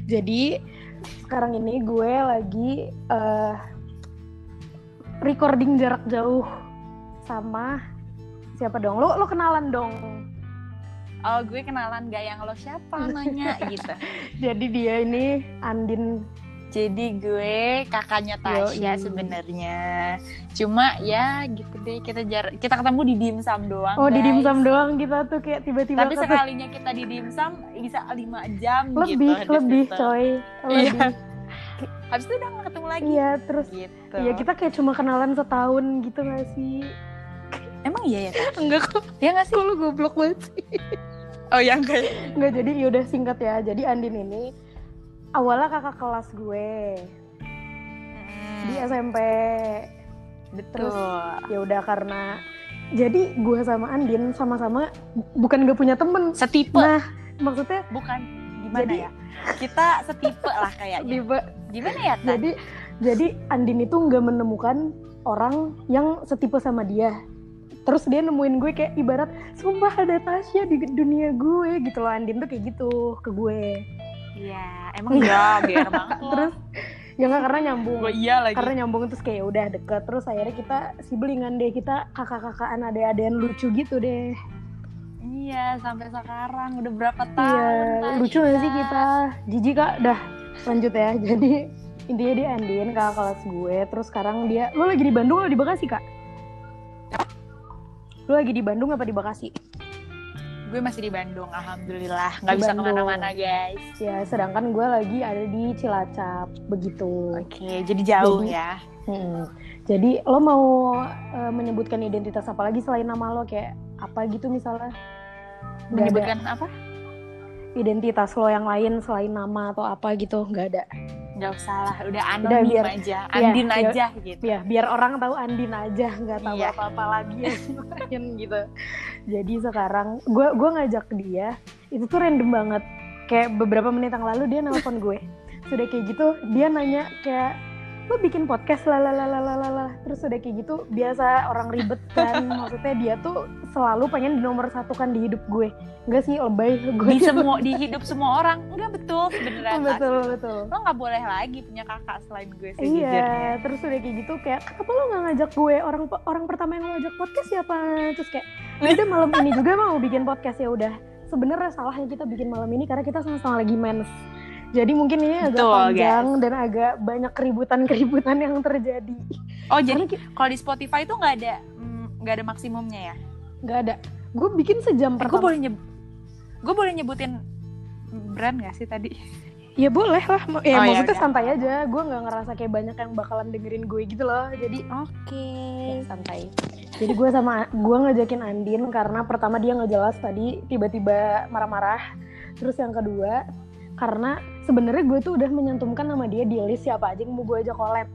Jadi sekarang ini gue lagi recording jarak jauh sama siapa dong? Lo kenalan dong. Oh, gue kenalan gak yang lo siapa nanya gitu. Jadi dia ini Andin. Jadi gue kakaknya Tasya sebenarnya. Cuma ya gitu deh, kita ketemu di dimsum doang. Oh, guys. di dimsum doang kita tuh kayak tiba-tiba. Tapi sekalinya kita di dimsum bisa 5 jam lebih, gitu. Lebih coy. Lebih. Habis itu udah gak ketemu lagi. Iya, terus gitu. Iya, kita kayak cuma kenalan setahun gitu gak sih? Emang iya ya? Enggak kok. Ya gak sih? Kok lu goblok banget sih? Oh ya enggak. Enggak, jadi yaudah singkat ya. Jadi Andin ini awalnya kakak kelas gue di SMP. Betul. Terus ya udah karena jadi gue sama Andin sama-sama bukan gak punya temen. Setipe. Nah, maksudnya bukan gimana jadi, ya? Kita setipe lah kayaknya. Setipe. Gimana ya, Tan? Jadi Andin itu nggak menemukan orang yang setipe sama dia. Terus dia nemuin gue kayak ibarat sumpah ada Tasya di dunia gue gitu loh. Andin tuh kayak gitu ke gue. Iya, emang ya biar banget loh. Terus ya nggak, karena nyambung. Gue iya lagi. Karena nyambung terus kayak udah deket. Terus akhirnya kita sibelingan deh, kita kakak-kakaan adek-adean lucu gitu deh. Iya, sampai sekarang udah berapa tahun? Iya, lucu gak sih kita? Jijik Kak, dah lanjut ya. Jadi intinya dia Andin, kakak kelas gue. Terus sekarang dia, lo lagi di Bandung atau di Bekasi Kak? Lo lagi di Bandung apa di Bekasi? Gue masih di Bandung, alhamdulillah. Gak bisa kemana-mana guys. Ya, sedangkan gue lagi ada di Cilacap, begitu. Oke, jadi jauh ya. Jadi lo mau menyebutkan identitas apa lagi selain nama lo, kayak apa gitu misalnya? Menyebutkan apa? Identitas lo yang lain selain nama atau apa gitu, nggak ada. Nggak usah lah, udah anonim aja, Andin ya, aja gitu. Ya, biar orang tahu Andin aja, nggak tahu apa-apa lagi ya gitu. Jadi sekarang gue ngajak dia, itu tuh random banget. Kayak beberapa menit yang lalu dia nelpon gue. Sudah kayak gitu, dia nanya kayak, lo bikin podcast lalalala. Terus udah kayak gitu, biasa orang ribet kan. Maksudnya dia tuh selalu pengen dinomorsatukan di hidup gue. Enggak sih, lebay gue di hidup semua orang. Enggak, betul sebenarnya. Betul. Lo nggak boleh lagi punya kakak selain gue sejujurnya. Iya, terus udah kayak gitu kayak, kenapa lo nggak ngajak gue? Orang pertama yang lo ajak podcast siapa? Terus kayak, udah malam ini juga mau bikin podcast. Ya udah. Sebenarnya salahnya kita bikin malam ini karena kita sama-sama lagi mens. Jadi mungkin ini agak panjang dan agak banyak keributan yang terjadi. Oh, jadi kalau di Spotify itu nggak ada maksimumnya ya? Nggak ada. Gue bikin sejam pertama. Gue boleh nyebutin brand nggak sih tadi? Ya boleh lah. Ya maksudnya santai aja. Gue nggak ngerasa kayak banyak yang bakalan dengerin gue gitu loh. Jadi ya, santai. Jadi gue ngajakin Andin karena pertama dia nggak jelas tadi, tiba-tiba marah-marah. Terus yang kedua, karena sebenarnya gue tuh udah menyantumkan nama dia di list siapa aja yang mau gue ajak collab.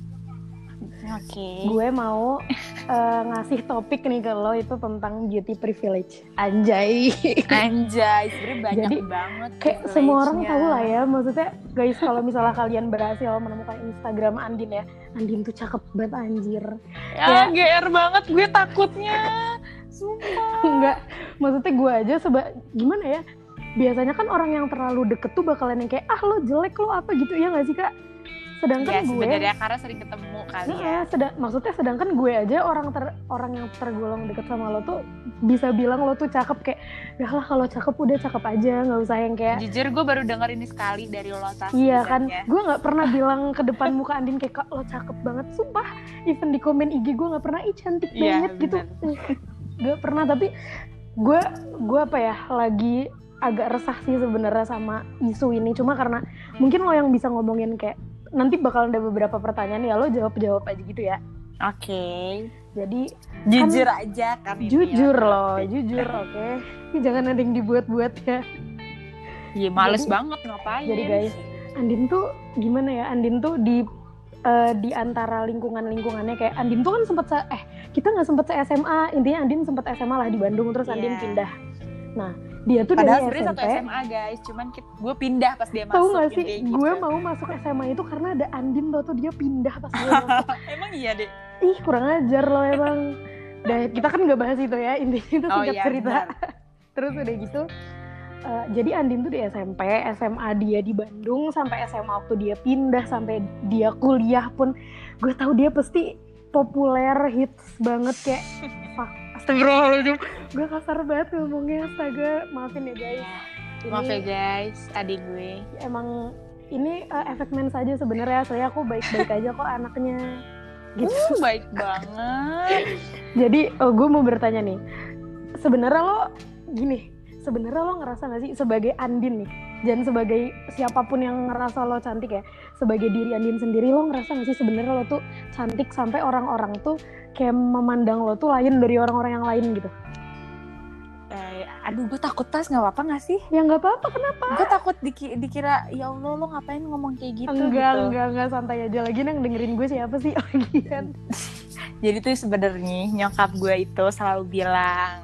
Gue mau ngasih topik nih ke lo itu tentang beauty privilege. Anjay, sebenarnya banyak jadi, banget. Kayak semua orang tahu lah ya. Maksudnya guys, kalau misalnya kalian berhasil menemukan Instagram Andin ya, Andin tuh cakep banget anjir. Ya GR banget gue takutnya. Sumpah. Enggak, maksudnya gue aja gimana ya? Biasanya kan orang yang terlalu deket tuh bakalan yang kayak lo jelek lo apa gitu ya nggak sih Kak? Sedangkan ya, gue sebenarnya karena sering ketemu kali ya. Maksudnya sedangkan gue aja orang yang tergolong deket sama lo tuh bisa bilang lo tuh cakep, kayak dah lah kalau cakep udah cakep aja, nggak usah yang kayak. Jujur gue baru denger ini sekali dari lo Tas. Iya kan, gue nggak pernah bilang ke depan muka Andin kayak Kak lo cakep banget, sumpah. Even di komen IG gue nggak pernah cantik banget gitu. Gak pernah, tapi gue apa ya, lagi agak resah sih sebenarnya sama isu ini. Cuma karena mungkin lo yang bisa ngomongin kayak nanti bakal ada beberapa pertanyaan ya, lo jawab aja gitu ya. Oke. Jadi jujur kan, aja kan. Jujur loh, jujur oke. Ini jangan ada yang dibuat-buat ya. Iya, males banget ngapain. Jadi guys, Andin tuh gimana ya? Andin tuh di antara lingkungannya kayak Andin tuh kan kita nggak sempet SMA. Intinya Andin sempet SMA lah di Bandung, terus Andin pindah. Nah, dia tuh padahal dari SMP. Padahal sebenarnya satu SMA guys, cuman gue pindah pas dia masuk. Tahu nggak sih, gue mau masuk SMA itu karena ada Andin tuh dia pindah pas gue masuk. Emang iya deh. Ih kurang ajar lo emang. Kita kan nggak bahas itu ya, intinya itu singkat cerita. Terus udah gitu, jadi Andin tuh di SMP, SMA dia di Bandung, sampai SMA waktu dia pindah, sampai dia kuliah pun gue tahu dia pasti populer, hits banget kayak fuck, astagfirullahaladzim, gue kasar banget ngomongnya, astaga, maafin ya guys. Maaf ya guys, adik gue. Emang ini efek mens aja sebenarnya, soalnya aku baik-baik aja kok anaknya. Gitu. Baik banget. Jadi gue mau bertanya nih, sebenarnya lo ngerasa gak sih sebagai Andin nih, dan sebagai siapapun yang ngerasa lo cantik ya, sebagai diri Andin sendiri, lo ngerasa gak sih sebenarnya lo tuh cantik sampai orang-orang tuh kayak memandang lo tuh lain dari orang-orang yang lain gitu? Aduh, gue takut Tas, nggak apa-apa nggak sih? Ya nggak apa-apa, kenapa? Gue takut dikira ya Allah lo ngapain ngomong kayak gitu. Enggak, santai aja. Lagi yang dengerin gue siapa sih? Lagian. Jadi tuh sebenarnya nyokap gue itu selalu bilang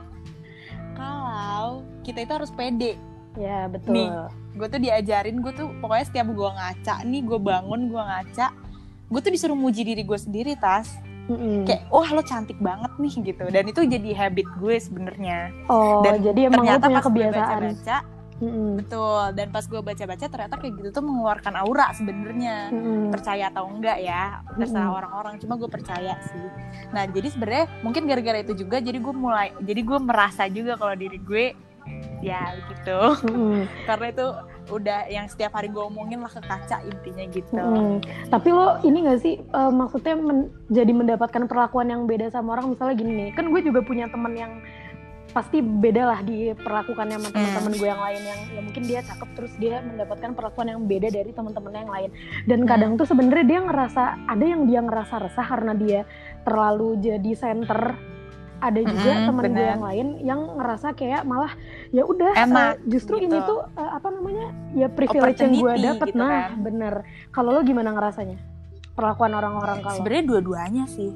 kalau kita itu harus pede. Ya betul. Nih, gue tuh diajarin, gue tuh pokoknya setiap gue ngaca nih, gue bangun, gue ngaca, gue tuh disuruh muji diri gue sendiri, Tas. Kayak, wah lo cantik banget nih gitu. Dan itu jadi habit gue sebenarnya. Oh, dan jadi emang ternyata lo punya pas kebiasaan. gue baca-baca, betul. Dan pas gue baca-baca ternyata kayak gitu tuh mengeluarkan aura sebenarnya. Percaya atau enggak ya, terserah orang-orang. Cuma gue percaya sih. Nah, jadi sebenarnya mungkin gara-gara itu juga, jadi gue merasa juga kalau diri gue ya gitu. Karena itu udah yang setiap hari gue omongin lah ke kaca intinya gitu. Tapi lo ini gak sih maksudnya jadi mendapatkan perlakuan yang beda sama orang, misalnya gini nih, kan gue juga punya temen yang pasti beda lah diperlakukannya sama teman-teman gue yang lain, yang ya mungkin dia cakep terus dia mendapatkan perlakuan yang beda dari teman-temannya yang lain. Dan kadang tuh sebenarnya dia ngerasa resah karena dia terlalu jadi center. Ada juga teman gue yang lain yang ngerasa kayak malah ya udah justru gitu. Ini tuh ya privilege yang gue dapet gitu, nah kan? Bener. Kalau lo gimana ngerasanya perlakuan orang-orang kalau? Sebenarnya dua-duanya sih.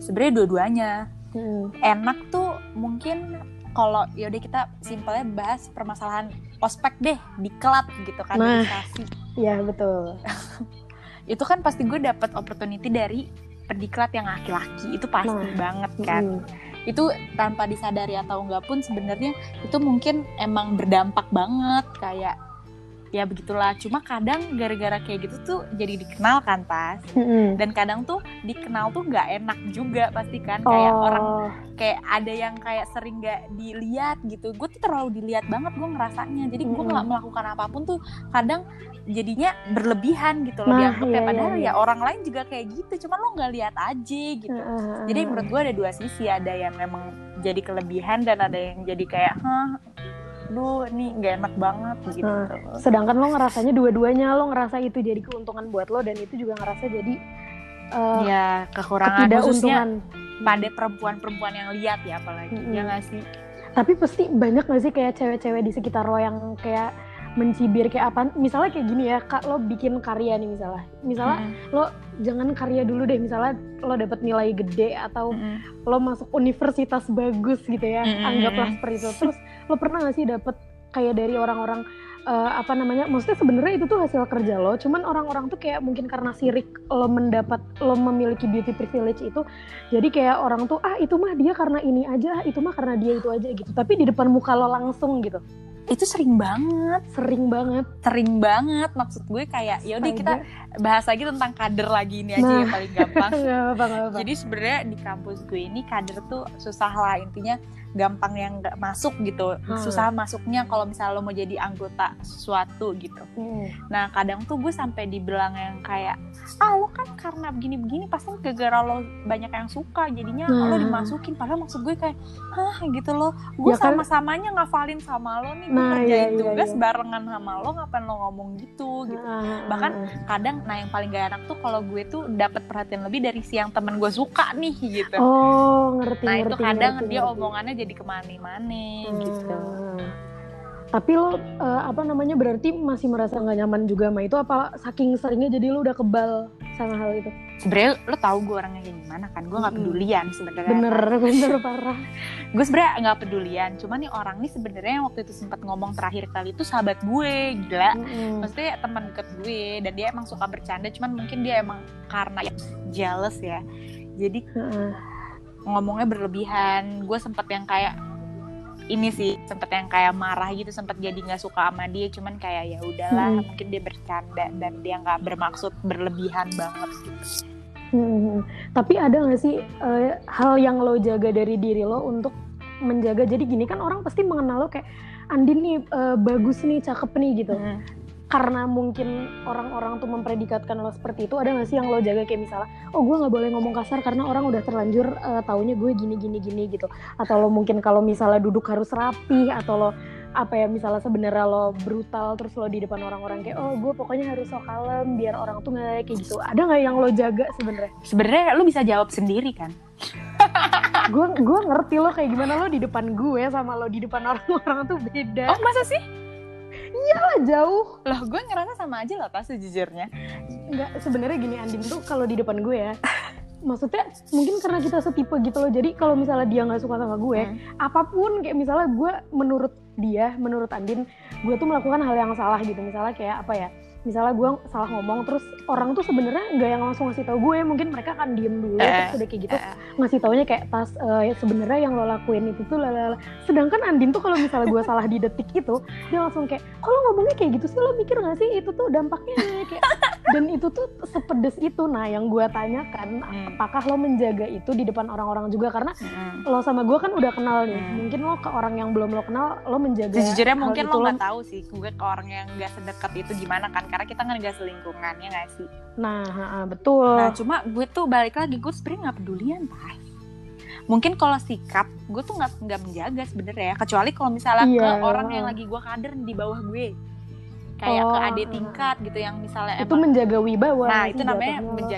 Enak tuh mungkin kalau yaudah kita simpelnya bahas permasalahan ospek deh di klub gitu kan, nah, dikasih. Iya betul. Itu kan pasti gue dapet opportunity dari perdiklat yang laki-laki, itu pasti banget kan. Itu tanpa disadari atau enggak pun sebenarnya itu mungkin emang berdampak banget, kayak ya begitulah. Cuma kadang gara-gara kayak gitu tuh jadi dikenal kan Tas. Dan kadang tuh dikenal tuh nggak enak juga pasti kan, kayak orang kayak ada yang kayak sering nggak dilihat gitu. Gue tuh terlalu dilihat banget gue ngerasanya, jadi gue nggak melakukan apapun tuh kadang jadinya berlebihan gitu loh, dianggapnya padahal ya orang lain juga kayak gitu, cuma lo nggak lihat aja gitu. Jadi menurut gue ada dua sisi, ada yang memang jadi kelebihan dan ada yang jadi kayak duh ini nggak enak banget gitu. Sedangkan lo ngerasanya dua-duanya, lo ngerasa itu jadi keuntungan buat lo, dan itu juga ngerasa jadi ya kekurangan, khususnya pada perempuan-perempuan yang lihat ya, apalagi ya nggak sih. Tapi pasti banyak nggak sih kayak cewek-cewek di sekitar lo yang kayak mencibir kayak apa, misalnya kayak gini ya, Kak, lo bikin karya nih misalnya lo jangan karya dulu deh, misalnya lo dapet nilai gede atau lo masuk universitas bagus gitu ya, anggaplah seperti itu. Terus lo pernah gak sih dapet kayak dari orang-orang maksudnya sebenarnya itu tuh hasil kerja lo, cuman orang-orang tuh kayak mungkin karena sirik lo memiliki beauty privilege itu, jadi kayak orang tuh itu mah dia karena ini aja, itu mah karena dia itu aja gitu, tapi di depan muka lo langsung gitu. Itu sering banget. Maksud gue kayak ya udah kita bahas lagi tentang kader lagi, ini aja yang paling gampang. Gak apa. Jadi sebenarnya di kampus gue ini kader tuh susah lah, intinya gampang yang nggak masuk gitu, susah masuknya kalau misalnya lo mau jadi anggota sesuatu gitu. Nah kadang tuh gue sampai dibilang yang kayak lo kan karena begini-begini pasti gara-gara lo banyak yang suka jadinya lo dimasukin, padahal maksud gue kayak gitu loh, gue ya sama-samanya ngafalin sama lo nih, gue kerjain tugas barengan sama lo, ngapain lo ngomong gitu. Bahkan kadang yang paling gak enak tuh kalau gue tuh dapat perhatian lebih dari si yang teman gue suka nih gitu. Ngerti. Nah itu kadang dia omongannya jadi kemana-mana gitu. Tapi lo berarti masih merasa nggak nyaman juga sama itu, apa saking seringnya jadi lo udah kebal sama hal itu? Sebenarnya lo tahu gue orangnya kayak gimana kan, gue nggak pedulian sebenarnya. Bener parah. Gue sebenarnya nggak pedulian, cuma nih orang nih sebenarnya waktu itu sempat ngomong terakhir kali itu sahabat gue, gila. Maksudnya teman deket gue, dan dia emang suka bercanda, cuman mungkin dia emang karena jealous ya, jadi ngomongnya berlebihan. Gue sempat yang kayak ini sih sempet yang kayak marah gitu, sempet jadi nggak suka sama dia, cuman kayak ya udahlah, mungkin dia bercanda dan dia nggak bermaksud berlebihan banget gitu. Tapi ada nggak sih hal yang lo jaga dari diri lo untuk menjaga, jadi gini kan orang pasti mengenal lo kayak Andin nih bagus nih, cakep nih gitu. Karena mungkin orang-orang tuh mempredikatkan lo seperti itu, ada nggak sih yang lo jaga kayak misalnya, oh gue nggak boleh ngomong kasar karena orang udah terlanjur taunya gue gini gitu, atau lo mungkin kalau misalnya duduk harus rapi, atau lo apa ya misalnya sebenarnya lo brutal terus lo di depan orang-orang kayak oh gue pokoknya harus so kalem biar orang tuh nggak kayak gitu, ada nggak yang lo jaga sebenarnya? Sebenarnya lo bisa jawab sendiri kan. gue ngerti lo kayak gimana, lo di depan gue sama lo di depan orang-orang tuh beda. Oh masa sih? Iyalah jauh. Loh gue ngerasa sama aja lah pas sejujurnya. Enggak, sebenarnya gini Andin tuh kalau di depan gue ya, maksudnya mungkin karena kita setipe gitu loh, jadi kalau misalnya dia nggak suka sama gue, apapun kayak misalnya gue menurut Andin, gue tuh melakukan hal yang salah gitu, misalnya kayak apa ya, misalnya gue salah ngomong terus orang tuh sebenarnya nggak yang langsung ngasih tahu gue, mungkin mereka akan diem dulu terus udah kayak gitu ngasih taunya kayak sebenarnya yang lo lakuin itu tuh lalala. Sedangkan Andin tuh kalau misalnya gue salah di detik itu dia langsung kayak kalau ngomongnya kayak gitu sih, lo mikir nggak sih itu tuh dampaknya kayak dan itu tuh sepedes itu. Nah yang gue tanyakan apakah lo menjaga itu di depan orang-orang juga, karena lo sama gue kan udah kenal nih, mungkin lo ke orang yang belum lo kenal lo menjaga. Sejujurnya mungkin lo nggak tahu sih gue ke orang yang nggak sedekat itu gimana kan, karena kita kan nggak selingkungan, ya nggak sih? Nah betul. Nah cuma gue tuh balik lagi, gue sebenarnya nggak pedulian Pak. Mungkin kalau sikap gue tuh nggak menjaga sebenarnya, kecuali kalau misalnya ke orang yang lagi gue kader di bawah gue, kayak ke adik tingkat gitu yang misalnya itu emang menjaga wibawa. Nah itu namanya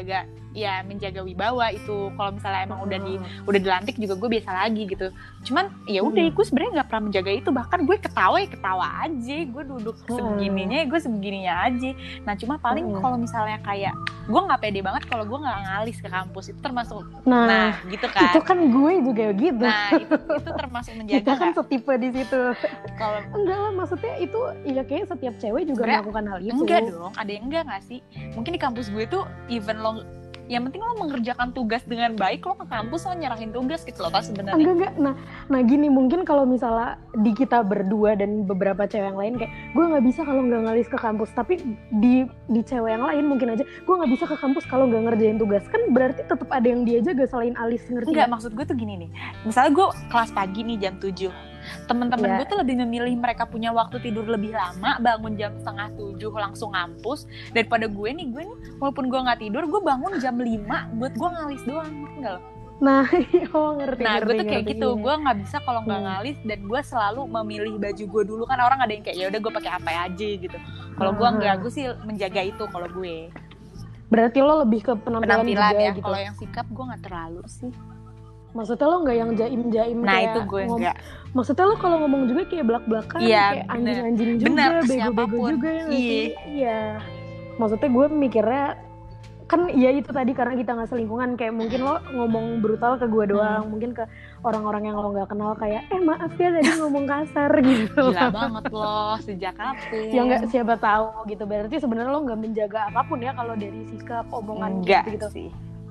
menjaga wibawa itu. Kalau misalnya emang udah dilantik juga gue biasa lagi gitu. Cuman ya udah gue sebenarnya nggak pernah menjaga itu, bahkan gue ketawa aja, gue duduk sebegininya aja. Nah cuma paling kalau misalnya kayak gue nggak pede banget kalau gue nggak ngalis ke kampus, itu termasuk nah gitu kan. Itu kan gue juga gitu. Nah itu termasuk menjaga. Kita kan setipe di situ. Kalau enggak lah, maksudnya itu ya kayak setiap cewek juga melakukan hal itu. Enggak dong, ada yang enggak nggak sih? Mungkin di kampus gue tuh even lo, yang penting lo mengerjakan tugas dengan baik, lo ke kampus lo nyerahin tugas gitu loh kan sebenarnya. Enggak. Nah gini, mungkin kalau misalnya di kita berdua dan beberapa cewek yang lain kayak gue nggak bisa kalau nggak ngalis ke kampus, tapi di cewek yang lain mungkin aja gue nggak bisa ke kampus kalau nggak ngerjain tugas, kan berarti tetap ada yang dia jaga selain alis, ngerti? Enggak, maksud gue tuh gini nih, misalnya gue kelas pagi nih jam 7, teman-teman gue tuh lebih memilih mereka punya waktu tidur lebih lama, bangun jam 6:30 langsung ngampus, daripada gue nih walaupun gue nggak tidur, gue bangun jam 5 buat gue ngalis doang, enggak loh. Nah, ngerti. Gue tuh kayak gitu, gue nggak bisa kalau nggak ngalis, dan gue selalu memilih baju gue dulu, kan orang ada yang kayak ya udah gue pakai apa aja gitu. Kalau gue nggak, gue sih menjaga itu kalau gue. Berarti lo lebih ke penampilan juga ya, gitu. Kalau yang sikap gue nggak terlalu sih. Maksudnya lo nggak yang jaim-jaim nah, kayak itu gue nggak. Maksudnya lo kalau ngomong juga kayak belak-belakan, kayak anjing-anjing juga, bego-bego juga ya. Iya. Maksudnya gue mikirnya kan ya itu tadi, karena kita nggak selingkungan, kayak mungkin lo ngomong brutal ke gue doang, mungkin ke orang-orang yang lo nggak kenal kayak maaf ya tadi ngomong kasar gitu. Gila banget lo, sejak kapan? Ya nggak, siapa tahu gitu. Berarti sebenarnya lo nggak menjaga apapun ya kalau dari sikap omongan gitu sih.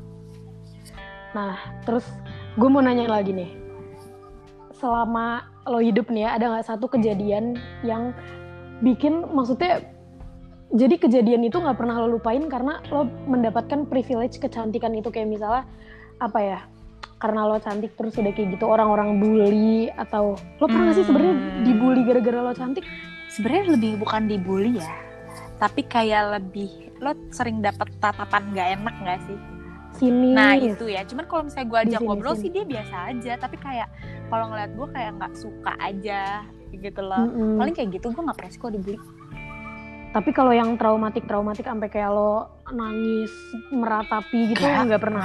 Nah terus gue mau nanya lagi nih, selama lo hidup nih ya, ada nggak satu kejadian yang bikin, maksudnya jadi kejadian itu nggak pernah lo lupain karena lo mendapatkan privilege kecantikan itu, kayak misalnya apa ya, karena lo cantik terus udah kayak gitu orang-orang bully, atau lo pernah nggak sih sebenarnya dibully gara-gara lo cantik? Sebenarnya lebih bukan dibully ya, tapi kayak lebih lo sering dapet tatapan nggak enak nggak sih? Sini. Nah itu ya, cuman kalau misalnya gue ajak ngobrol sih dia biasa aja, tapi kayak kalau ngeliat gue kayak nggak suka aja gitu loh. Paling kayak gitu, gue nggak pernah sih kok dibully. Tapi kalau yang traumatik sampai kayak lo nangis meratapi gitu nggak pernah.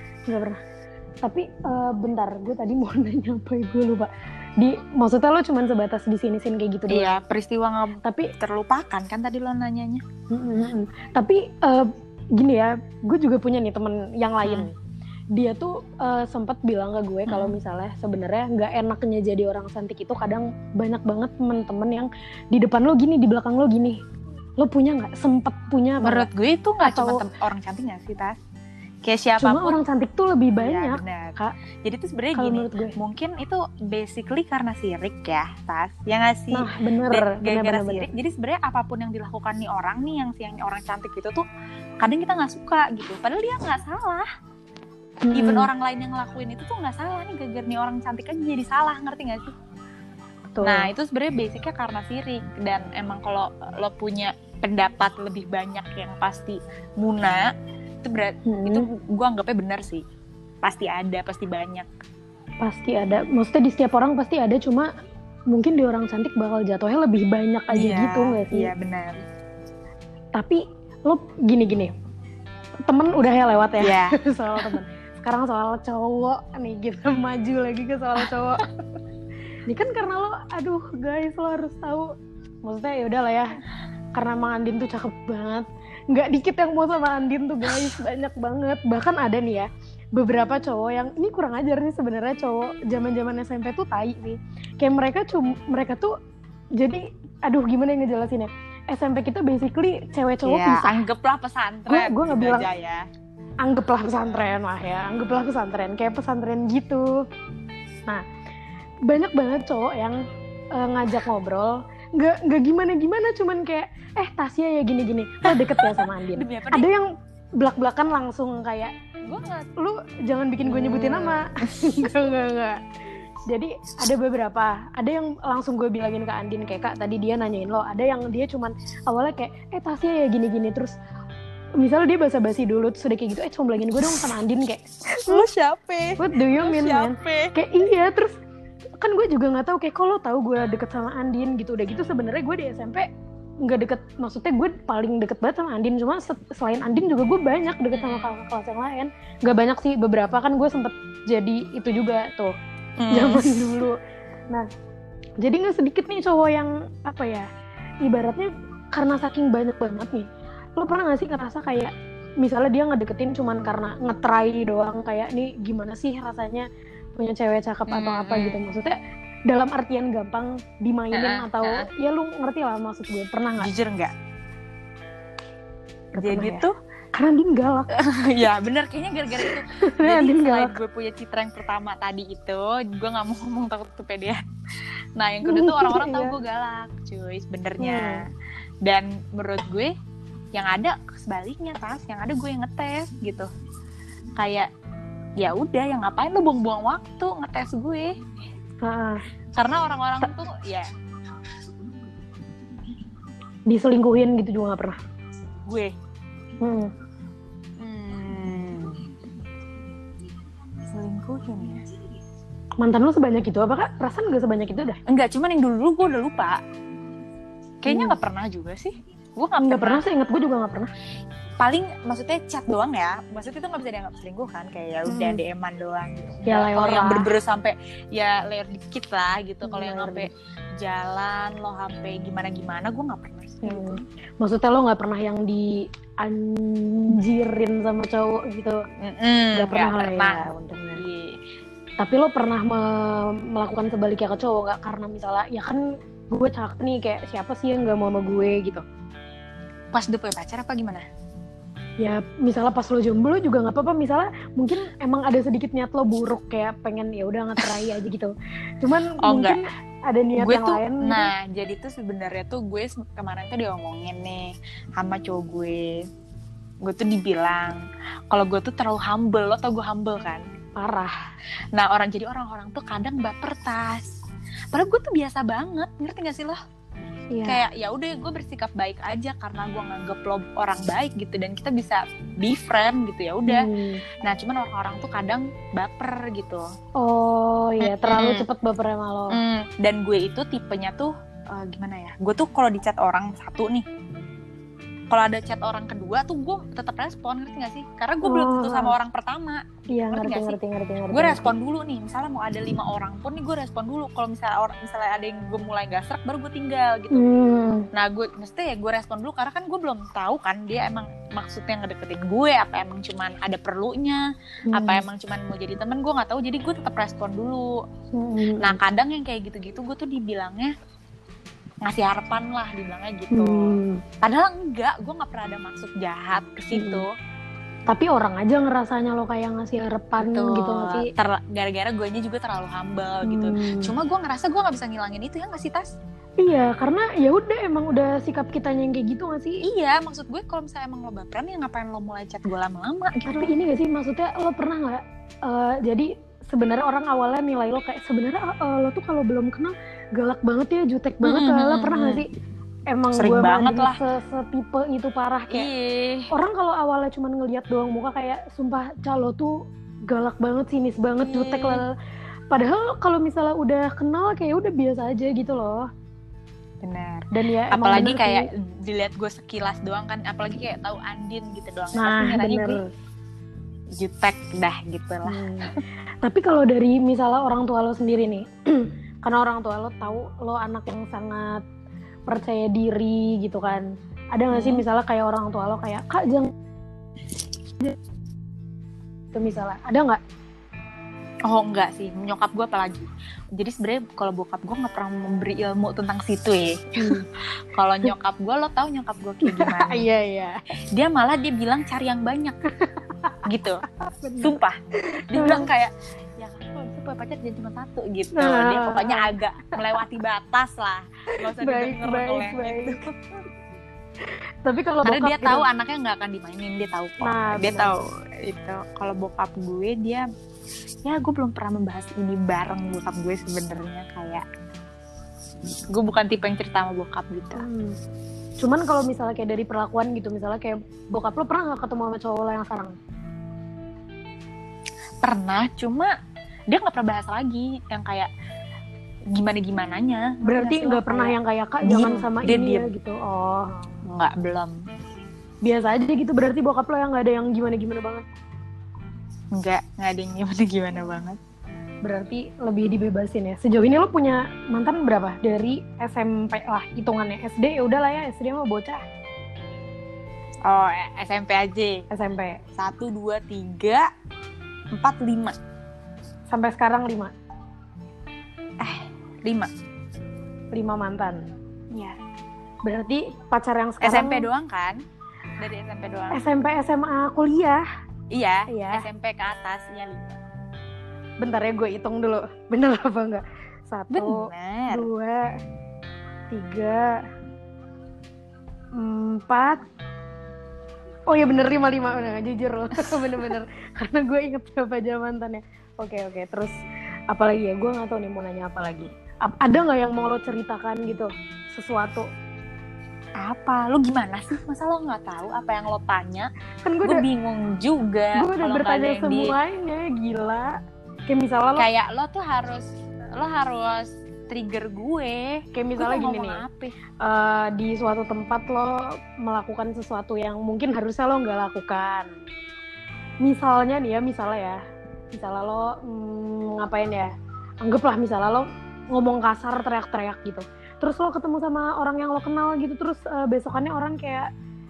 Tapi bentar, gue tadi mau nanya apa ya, gue lupa. Maksudnya lo cuma sebatas di sini-sini kayak gitu doang. Iya, peristiwa nggak terlupakan kan tadi lo nanyanya. Tapi gini ya, gue juga punya nih temen yang lain. Dia tuh sempat bilang ke gue kalau misalnya sebenarnya nggak enaknya jadi orang cantik itu kadang banyak banget temen-temen yang di depan lo gini, di belakang lo gini. Lo punya nggak? Sempet punya apa? Menurut gue itu nggak cuma orang cantik nggak sih, Tas? Kayak siapapun. Cuma orang cantik tuh lebih banyak, ya, Kak. Jadi tuh sebenarnya gini, mungkin itu basically karena sirik ya, Tas. Ya nggak sih? Nah, bener. Gara-gara sirik. Jadi sebenarnya apapun yang dilakukan nih orang nih, yang orang cantik itu tuh kadang kita nggak suka gitu. Padahal dia nggak salah. Even orang lain yang ngelakuin itu tuh nggak salah nih, gara-gara nih orang cantik aja jadi salah, ngerti nggak sih? Betul. Nah itu sebenarnya basicnya karena sirik. Dan emang kalau lo punya pendapat lebih banyak yang pasti Muna, itu berarti itu gue anggapnya benar sih. Pasti ada, pasti banyak. Pasti ada. Maksudnya di setiap orang pasti ada, cuma mungkin di orang cantik bakal jatuhnya lebih banyak aja gitu nggak sih? Iya benar. Tapi lo gini-gini, temen udah ya lewat ya soal temen. Sekarang soal cowok nih, kita maju lagi ke soal cowok. Ini kan karena lo, aduh guys, lo harus tahu. Maksudnya ya udah lah ya, karena Mang Andin tuh cakep banget. Nggak dikit yang mau sama Andin tuh guys, banyak banget. Bahkan ada nih ya, beberapa cowok yang, ini kurang ajar nih sebenarnya cowok zaman-zaman SMP tuh tai sih. Kayak mereka tuh jadi, aduh gimana yang ngejelasinnya. SMP kita basically cewek cowok pisah. Anggaplah pesantren. Gue nggak bilang ya. Anggaplah pesantren lah ya, anggaplah pesantren, kayak pesantren gitu. Nah, banyak banget cowok yang ngajak ngobrol, nggak gimana-gimana, cuman kayak Tasya ya gini-gini, lo deket ya sama Andin. Ada yang belak-belakan langsung kayak, lu jangan bikin gue nyebutin nama. Enggak. Jadi ada beberapa, ada yang langsung gue bilangin ke Andin kayak, Kak tadi dia nanyain lo, ada yang dia cuman awalnya kayak Tasya ya gini-gini, terus misalnya dia basa-basi dulu terus udah kayak gitu, comblangin gue dong sama Andin, kayak lu siapa? What do you mean man? Kayak iya, terus kan gue juga nggak tahu kayak kalau tahu gue deket sama Andin gitu, udah gitu sebenarnya gue di SMP nggak deket, maksudnya gue paling deket banget sama Andin, cuma selain Andin juga gue banyak deket sama kakak kelas yang lain, nggak banyak sih, beberapa kan gue sempet jadi itu juga tuh zaman dulu. Nah jadi nggak sedikit nih cowok yang apa ya, ibaratnya karena saking banyak banget nih, lo pernah nggak sih ngerasa kayak misalnya dia ngedeketin cuman karena nge-try doang, kayak nih gimana sih rasanya punya cewek cakep atau apa gitu, maksudnya dalam artian gampang dimainin atau ya lu ngerti lah maksud gue, pernah nggak? Jujur nggak? Jadi tuh karena Andin galak. Ya bener, kayaknya gara-gara itu. Jadi selain gue punya citra yang pertama tadi itu, gue nggak mau ngomong takut kepedean. Nah yang kedua tuh orang-orang tahu gue galak, cuy sebenarnya. Dan menurut gue yang ada sebaliknya, Tas, yang ada gue yang ngetes gitu. Kayak ya udah, yang ngapain lu buang-buang waktu ngetes gue. Karena orang-orang tuh ya diselingkuhin gitu juga nggak pernah gue. Selingkuhin ya. Mantan lu sebanyak itu apa, Kak? Perasaan nggak sebanyak itu dah? Enggak, cuman yang dulu gue udah lupa. Kayaknya nggak pernah juga sih. Gue nggak pernah sih, ingat gue juga nggak pernah. Paling maksudnya chat doang ya, maksudnya itu nggak bisa dianggap selingkuh kan, kayak ya udah DM-an doang gitu. Ya kalau yang bener-bener sampai ya layer dikit lah gitu. Kalau yang sampai jalan lo sampai gimana-gimana, gue nggak pernah sih gitu. Maksudnya lo nggak pernah yang dianjirin sama cowok gitu? Nggak pernah lah ya. Tapi lo pernah melakukan sebaliknya ke cowok nggak? Karena misalnya ya kan gue cakep nih, kayak siapa sih yang nggak mau sama gue gitu? Pas udah punya pacar apa gimana? Ya misalnya pas lo jomblo juga nggak apa-apa, misalnya mungkin emang ada sedikit niat lo buruk kayak pengen ya udah nge-try aja gitu, cuman mungkin enggak. Ada niat gue yang tuh, lain. Nah gitu. Jadi tuh sebenarnya tuh gue kemarin tuh diomongin nih sama cowok gue tuh dibilang kalau gue tuh terlalu humble. Lo tau gue humble kan? Parah. Nah orang-orang tuh kadang baper, Tas, padahal gue tuh biasa banget, ngerti gak sih lo? Iya. Kayak ya udah gue bersikap baik aja karena gue nganggep lo orang baik gitu, dan kita bisa be friend gitu, ya udah. Nah cuman orang-orang tuh kadang baper gitu. Oh iya, terlalu cepet baper sama lo. Dan gue itu tipenya tuh gimana ya, gue tuh kalau di chat orang satu nih, kalau ada chat orang kedua tuh gue tetap respon, ngerti gak sih? Karena gue belum tentu sama orang pertama. Iya, ngerti. Gue respon dulu nih, misalnya mau ada 5 orang pun nih gue respon dulu. Kalau misalnya ada yang gue mulai gak serak, baru gue tinggal gitu. Nah gue mesti ya gue respon dulu, karena kan gue belum tahu kan dia emang maksudnya ngedeketin gue, apa emang cuman ada perlunya, apa emang cuman mau jadi teman, gue nggak tahu. Jadi gue tetap respon dulu. Nah kadang yang kayak gitu-gitu gue tuh dibilangnya ngasih harapan lah, dibilangnya gitu. Padahal enggak, gue nggak pernah ada maksud jahat ke situ. Tapi orang aja ngerasanya lo kayak ngasih harapan gitu nggak sih? Gara-gara guanya juga terlalu humble gitu. Cuma gue ngerasa gue nggak bisa ngilangin itu ya nggak sih Tas? Iya, karena ya udah emang udah sikap kitanya yang kayak gitu nggak sih? Iya, maksud gue kalau misalnya emang lo baperan ya ngapain lo mulai chat gue lama-lama gitu. Tapi ini nggak sih, maksudnya lo pernah nggak? Jadi sebenarnya orang awalnya nilai lo kayak sebenarnya lo tuh kalau belum kenal galak banget ya, jutek banget. Lo pernah nggak sih? Emang sering gue banget lah setipe itu parah kayak orang kalau awalnya cuma ngelihat doang muka kayak sumpah calo tuh galak banget, sinis banget, jutek lah. Padahal kalau misalnya udah kenal kayak udah biasa aja gitu loh. Benar. Dan ya apalagi kayak dilihat gue sekilas doang kan, apalagi kayak tahu Andin gitu doang. Nah, bener. Jutek dah gitu lah. Tapi kalau dari misalnya orang tua lo sendiri nih, karena orang tua lo tahu lo anak yang sangat percaya diri gitu kan, ada nggak sih misalnya kayak orang tua lo kayak kak jangan itu misalnya ada nggak? Oh enggak sih, nyokap gue apalagi. Jadi sebenarnya kalau bokap gue nggak pernah memberi ilmu tentang situ ya. Kalau nyokap gue, lo tau nyokap gue kayak gimana? Iya. Dia malah dia bilang cari yang banyak, gitu. Sumpah, dia bilang kayak ya kalau bisa punya pacar jangan cuma satu gitu. Dia pokoknya agak melewati batas lah, nggak usah didengar kalau yang gitu. Tapi kalau karena bokap dia tahu anaknya nggak akan dimainin, dia tahu kok. Dia tahu itu. Kalau bokap gue dia ya gue belum pernah membahas ini bareng bokap gue sebenarnya, kayak gue bukan tipe yang cerita sama bokap gitu. Cuman kalau misalnya kayak dari perlakuan gitu, misalnya kayak bokap lo pernah nggak ketemu sama cowok lo yang sekarang? Pernah, cuma dia nggak pernah bahas lagi yang kayak gimana-gimananya. Berarti nggak pernah yang kayak kak jangan sama ini ya gitu. Oh nggak, belum. Biasa aja gitu, berarti bokap lo yang nggak ada yang gimana-gimana banget? Nggak ada yang gimana-gimana banget. Berarti lebih dibebasin ya. Sejauh ini lo punya mantan berapa? Dari SMP lah hitungannya. SD ya udah lah ya, SD mah bocah. Oh SMP aja. SMP 1, 2, 3, 4, 5. Sampai sekarang 5? 5 mantan. Iya. Berarti pacar yang sekarang SMP doang kan? Dari SMP doang. SMP, SMA, kuliah. Iya. SMP ke atas ya 5. Bentar ya gue hitung dulu. Bener apa enggak? 1, 2, 3, 4. Oh ya bener 5 udah jujur loh. Bener-bener. Karena gue inget berapa aja mantannya. Oke. Terus apalagi ya? Gue nggak tahu nih mau nanya apa lagi. Ada nggak yang mau lo ceritakan gitu? Sesuatu? Apa? Lo gimana sih? Masa lo nggak tahu apa yang lo tanya? Kan gue bingung juga. Gue udah bertanya semuanya, gila. Kayak misalnya lo kayak lo tuh harus trigger gue. Kayak misalnya gini nih. Di suatu tempat lo melakukan sesuatu yang mungkin harusnya lo nggak lakukan. Misalnya nih ya, misalnya lo ngapain ya? Anggaplah misalnya lo ngomong kasar, teriak-teriak gitu. Terus lo ketemu sama orang yang lo kenal gitu, terus besokannya orang kayak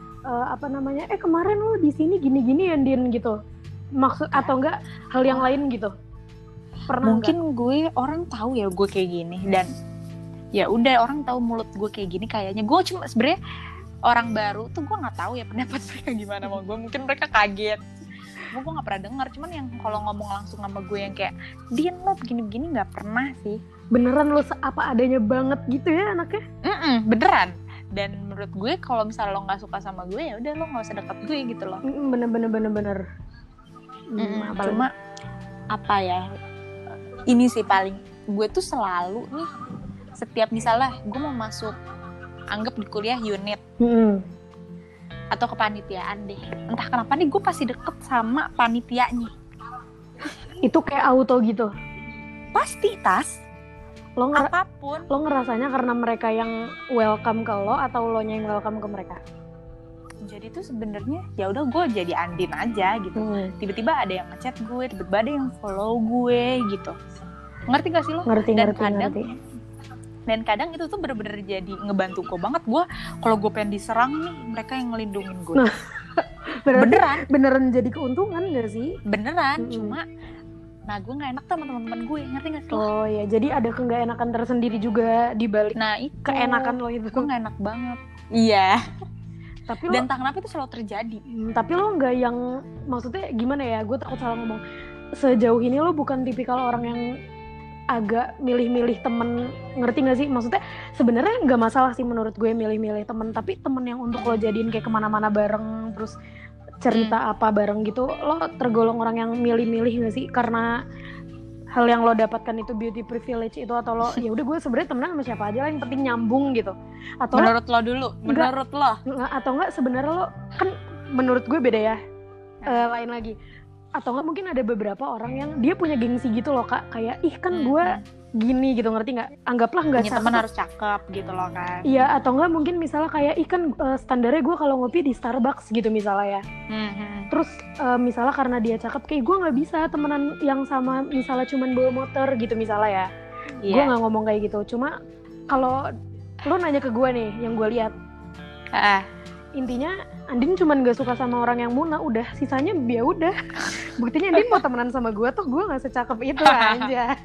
kemarin lo di sini gini-gini ya Din gitu. Maksud atau enggak hal yang lain gitu. Pernah mungkin enggak? Gue orang tahu ya gue kayak gini, dan ya udah orang tahu mulut gue kayak gini, kayaknya gue cuma sebenarnya orang baru tuh gue nggak tahu ya pendapat mereka gimana sama gue, mungkin mereka kaget. Gue nggak pernah dengar, cuman yang kalau ngomong langsung sama gue yang kayak Din lo begini-begini nggak pernah sih. Beneran lo apa adanya banget gitu ya anaknya? Beneran. Dan menurut gue kalau misalnya lo nggak suka sama gue ya udah lo nggak usah deket gue gitu loh. Bener. Cuma apa ya? Ini sih paling gue tuh selalu nih setiap misalnya gue mau masuk, anggap di kuliah unit atau kepanitiaan deh, entah kenapa nih gue pasti deket sama panitianya. Itu kayak auto gitu? Pasti Tas. Apapun. Lo ngerasanya karena mereka yang welcome ke lo atau lo yang welcome ke mereka? Jadi tuh sebenarnya ya udah gue jadi Andin aja gitu. Tiba-tiba ada yang ngechat gue, tiba-tiba ada yang follow gue gitu. Ngerti gak sih lo? Ngerti. Dan kadang itu tuh bener-bener jadi ngebantu gue banget. Gue kalau gue pengen diserang nih, mereka yang ngelindungin gue. Nah, beneran jadi keuntungan gak sih? Beneran, cuma gue nggak enak sama teman-teman gue, ngerti nggak sih? Oh ya, jadi ada nggak enakan tersendiri juga di balik. Nah itu keenakan lo itu. Gue nggak enak banget. Iya. Tapi dan entah kenapa itu selalu terjadi. Tapi lo nggak yang, maksudnya gimana ya, gue takut salah ngomong, sejauh ini lo bukan tipikal orang yang agak milih-milih temen, ngerti gak sih? Maksudnya sebenarnya nggak masalah sih menurut gue milih-milih temen, tapi temen yang untuk lo jadiin kayak kemana-mana bareng, terus cerita apa bareng gitu, lo tergolong orang yang milih-milih gak sih? Karena hal yang lo dapatkan itu beauty privilege itu, atau lo ya udah gue sebenarnya temenan sama siapa aja lah, yang penting nyambung gitu? Atau menurut lo dulu, menurut lo? Atau enggak sebenarnya lo kan, menurut gue beda ya, lain lagi. Atau enggak mungkin ada beberapa orang yang dia punya gengsi gitu loh Kak, kayak ih kan gue gini gitu, ngerti nggak? Anggaplah nggak punya teman harus cakep gitu loh kan. Iya, atau enggak mungkin misalnya kayak ih kan standarnya gue kalau ngopi di Starbucks gitu misalnya ya. Terus misalnya karena dia cakep, kayak gue nggak bisa temenan yang sama misalnya cuman bawa motor gitu misalnya ya. Gue nggak ngomong kayak gitu, cuma kalau lo nanya ke gue nih yang gue lihat, intinya Andin cuman gak suka sama orang yang Muna, udah sisanya ya udah. Buktinya Andin mau temenan sama gue tuh gue nggak secakep itu aja.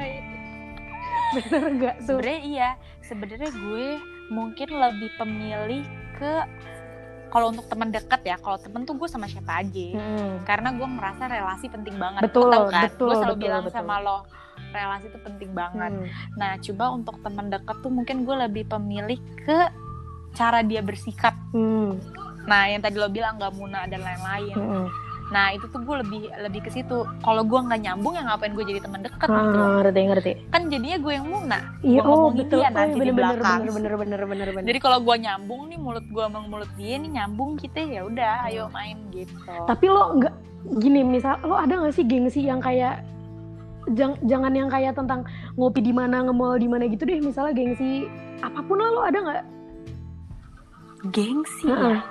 Bener nggak tuh? Sebenarnya iya, sebenarnya gue mungkin lebih pemilih ke, kalau untuk teman dekat ya, kalau temen tuh gue sama siapa aja, karena gue merasa relasi penting banget. Betul, lo tau kan? betul, gue selalu betul, bilang betul. sama lo, relasi itu penting banget. Nah, coba untuk teman dekat tuh mungkin gue lebih pemilih ke cara dia bersikap. Nah, yang tadi lo bilang gak Muna dan lain-lain. Nah, itu tuh gue lebih ke situ. Kalau gue nggak nyambung, ya ngapain gue jadi teman dekat gitu. Ngerti. Kan jadinya gue yang Muna. Iya, Gue ngomongin betul. dia nanti di belakang. Bener. Jadi kalau gue nyambung nih, mulut gue sama mulut dia nih nyambung, kita ya udah, ayo main gitu. Tapi lo nggak gini, misal lo ada nggak sih gengsi yang kayak jangan yang kayak tentang ngopi di mana, nge-mall di mana gitu deh, misalnya gengsi apapun lah, lo ada nggak? Gengsi ya?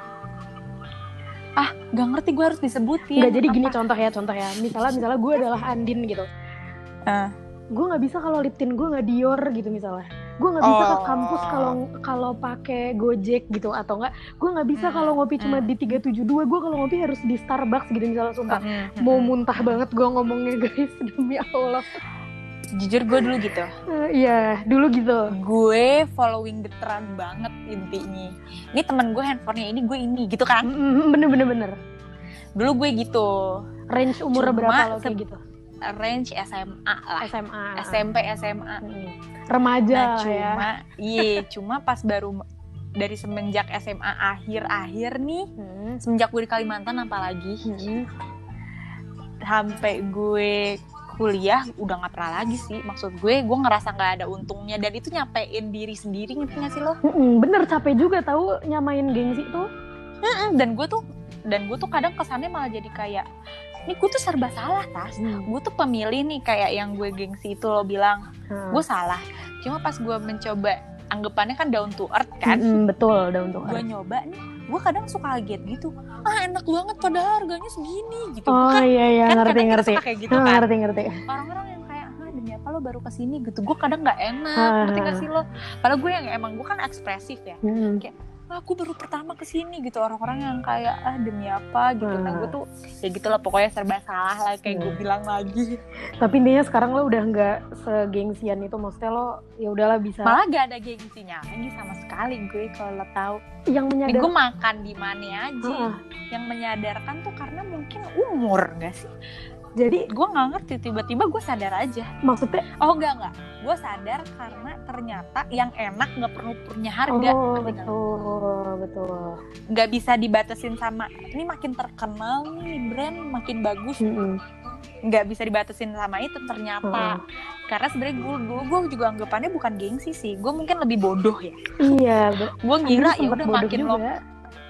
Gak ngerti gue harus disebutin. Nggak, jadi gini contoh ya. Misalnya gue adalah Andin gitu. Gue nggak bisa kalau lip tint gue nggak Dior gitu misalnya. Gue nggak bisa ke kampus kalau pakai Gojek gitu, atau nggak gue nggak bisa kalau ngopi cuma di 372. Gue kalau ngopi harus di Starbucks gitu misalnya. Sumpah mau muntah banget gue ngomongnya guys, demi Allah. Jujur gue dulu gitu. Iya, dulu gitu. Gue following the trend banget intinya. Ini temen gue handphonenya ini gitu kan. Bener. Dulu gue gitu. Range umur berapa lo kayak gitu? Range SMA lah. SMP, SMA. Remaja cuma pas baru dari semenjak SMA akhir nih, semenjak gue di Kalimantan apalagi, sampai gue kuliah udah nggak pernah lagi sih. Maksud gue ngerasa nggak ada untungnya, dan itu nyampein diri sendiri, ngerti nggak sih lo? Bener, capek juga tahu nyamain gengsi tuh. Dan gue tuh kadang kesannya malah jadi kayak, ini gue tuh serba salah Tas. Gue tuh pemilih nih kayak yang gue gengsi itu, lo bilang gue salah. Cuma pas gue mencoba, anggapannya kan down to earth kan. Betul, down to earth. Gue nyoba nih, gue kadang suka kaget gitu. Enak banget padahal harganya segini gitu. Oh kan, iya, kan ngerti. Kayak gitu kan. Ngerti. Orang-orang yang kayak, demi apa lo baru kesini gitu. Gue kadang nggak enak, ngerti nggak sih lo? Padahal gue yang emang gue kan ekspresif ya. Kayak, aku baru pertama kesini gitu. Orang-orang yang kayak, demi apa gitu. Nah gue tuh ya gitulah, pokoknya serba salah lah kayak gue bilang lagi. Tapi intinya sekarang lo udah nggak segengsian itu, maksudnya lo ya udahlah bisa. Malah gak ada gengsinya lagi sama sekali gue, kalau lo tahu. Yang menyadarkan. Gue makan di mana aja. Yang menyadarkan tuh karena mungkin umur gak sih? Jadi gue nggak ngerti, tiba-tiba gue sadar aja. Maksudnya? Oh enggak. Gue sadar karena ternyata yang enak nggak perlu punya harga. Betul. Nggak bisa dibatasin sama ini makin terkenal nih brand makin bagus. Nggak bisa dibatasin sama itu ternyata. Karena sebenarnya dulu gue juga anggapannya bukan gengsi sih. Gue mungkin lebih bodoh ya. Iya. Gue ngira ya udah makin juga. lo.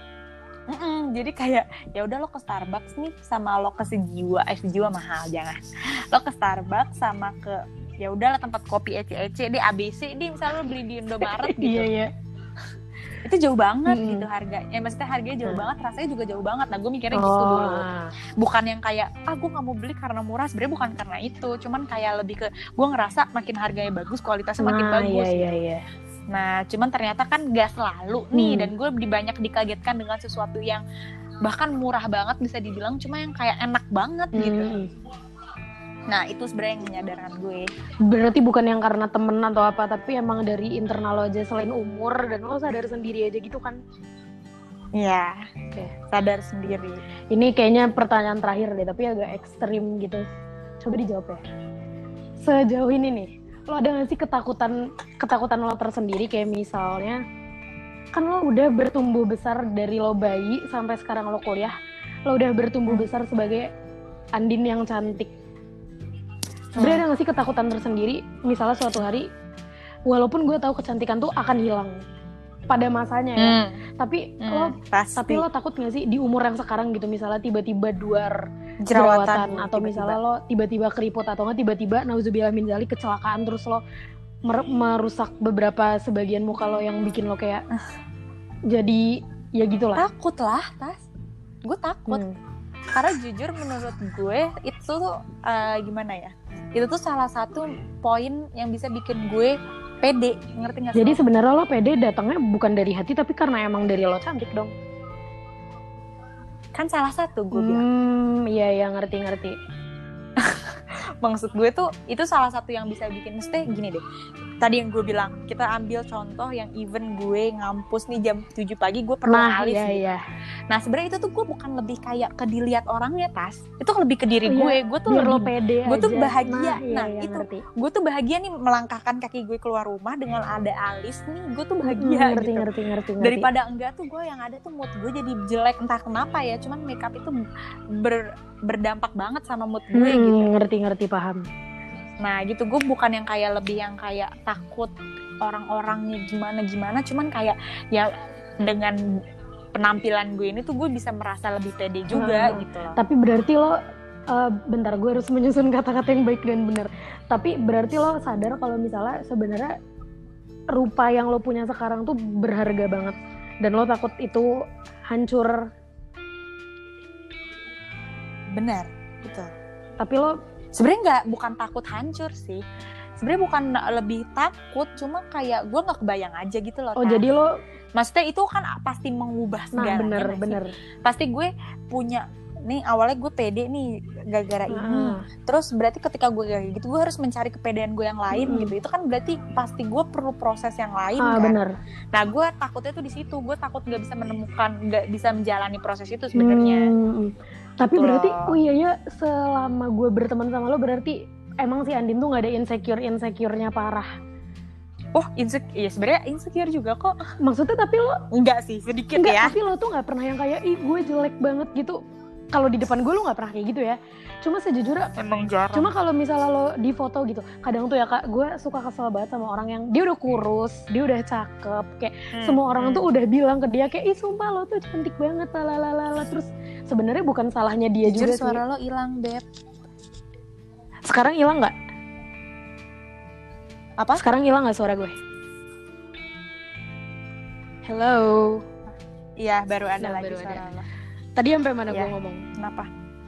Jadi kayak ya udah lo ke Starbucks nih sama lo ke sejiwa mahal, jangan. Lo ke Starbucks sama ke ya udahlah tempat kopi ece-ece deh, ABC deh, misalnya lo beli di Indomaret gitu. Iya. Itu jauh banget gitu harganya. Maksudnya harganya jauh banget, rasanya juga jauh banget. Nah, gue mikirnya gitu dulu. Bukan yang kayak gue nggak mau beli karena murah. Sebenarnya bukan karena itu, cuman kayak lebih ke gue ngerasa makin harganya bagus, kualitasnya makin bagus. Iya. Nah, cuman ternyata kan gak selalu nih, dan gue banyak dikagetkan dengan sesuatu yang bahkan murah banget bisa dibilang, cuma yang kayak enak banget gitu. Nah, itu sebenarnya yang menyadarkan gue. Berarti bukan yang karena temen atau apa, tapi emang dari internal lo aja, selain umur, dan lo sadar sendiri aja gitu kan? Iya. Oke. Sadar sendiri. Ini kayaknya pertanyaan terakhir deh, tapi agak ekstrim gitu. Coba dijawab ya. Sejauh ini nih, lo ada nggak sih ketakutan lo tersendiri, kayak misalnya kan lo udah bertumbuh besar dari lo bayi sampai sekarang lo kuliah, lo udah bertumbuh besar sebagai Andin yang cantik. Sebenarnya ada nggak sih ketakutan tersendiri, misalnya suatu hari, walaupun gue tahu kecantikan tuh akan hilang pada masanya ya, tapi lo takut nggak sih di umur yang sekarang gitu, misalnya tiba-tiba duar jerawatan atau misalnya lo tiba-tiba keriput atau nggak tiba-tiba nauzubillah min dzalik kecelakaan terus lo merusak beberapa sebagian muka lo yang bikin lo kayak jadi ya gitulah. Takut lah, gue takut karena jujur menurut gue itu tuh gimana ya, itu tuh salah satu poin yang bisa bikin gue pede, ngerti nggak? Jadi sebenarnya lo pede datangnya bukan dari hati tapi karena emang dari lo cantik dong. Kan salah satu gue bilang. Iya ngerti. Maksud gue tuh itu salah satu yang bisa bikin, mesti gini deh. Tadi yang gue bilang, kita ambil contoh yang even gue ngampus nih jam 7 pagi gue perlu alis gitu. Iya. Nah sebenarnya itu tuh gue bukan lebih kayak ke dilihat orangnya, itu lebih ke diri gue tuh biar lebih, lo pede gue aja. tuh bahagia. Itu ngerti. Gue tuh bahagia nih melangkahkan kaki gue keluar rumah dengan ada alis nih, gue tuh bahagia ngerti. Daripada enggak tuh gue yang ada tuh mood gue jadi jelek entah kenapa ya, cuman makeup itu berdampak banget sama mood gue gitu. Ngerti paham. Nah gitu, gue bukan yang kayak lebih yang kayak takut orang-orangnya gimana, cuman kayak ya dengan penampilan gue ini tuh gue bisa merasa lebih pede juga gitu loh. Tapi berarti lo bentar, gue harus menyusun kata-kata yang baik dan benar. Tapi berarti lo sadar kalau misalnya sebenarnya rupa yang lo punya sekarang tuh berharga banget dan lo takut itu hancur. Benar, betul. Tapi lo sebenarnya bukan takut hancur sih. Sebenarnya bukan lebih takut, cuma kayak gue nggak kebayang aja gitu loh. Oh jadi lo, maksudnya itu kan pasti mengubah segalanya. Bener. Pasti gue punya nih, awalnya gue pede nih gara-gara ini. Terus berarti ketika gue kayak gitu, gue harus mencari kepedean gue yang lain gitu. Itu kan berarti pasti gue perlu proses yang lain kan. Bener. Nah gue takutnya tuh di situ. Gue takut nggak bisa menjalani proses itu sebenarnya. Tapi berarti, oh iya ya, selama gue berteman sama lo berarti emang si Andin tuh nggak ada insecure-nya parah. Oh iya sebenarnya insecure juga kok. Maksudnya tapi lo enggak sih, sedikit ya. Tapi lo tuh nggak pernah yang kayak gue jelek banget gitu. Kalau di depan gue lo nggak pernah kayak gitu ya. Cuma sejujurnya emang jarang. Cuma kalau misalnya lo di foto gitu, kadang tuh ya kak, gue suka kesel banget sama orang yang dia udah kurus, dia udah cakep, kayak semua orang tuh udah bilang ke dia kayak, ih sumpah lo tuh cantik banget, lalalala. Terus sebenarnya bukan salahnya dia juga sih. Suara lo hilang, Beb. Sekarang hilang nggak? Apa? Sekarang hilang nggak suara gue? Hello. Iya, baru ada lagi suara lo. Tadi sampai mana gue ngomong? Kenapa?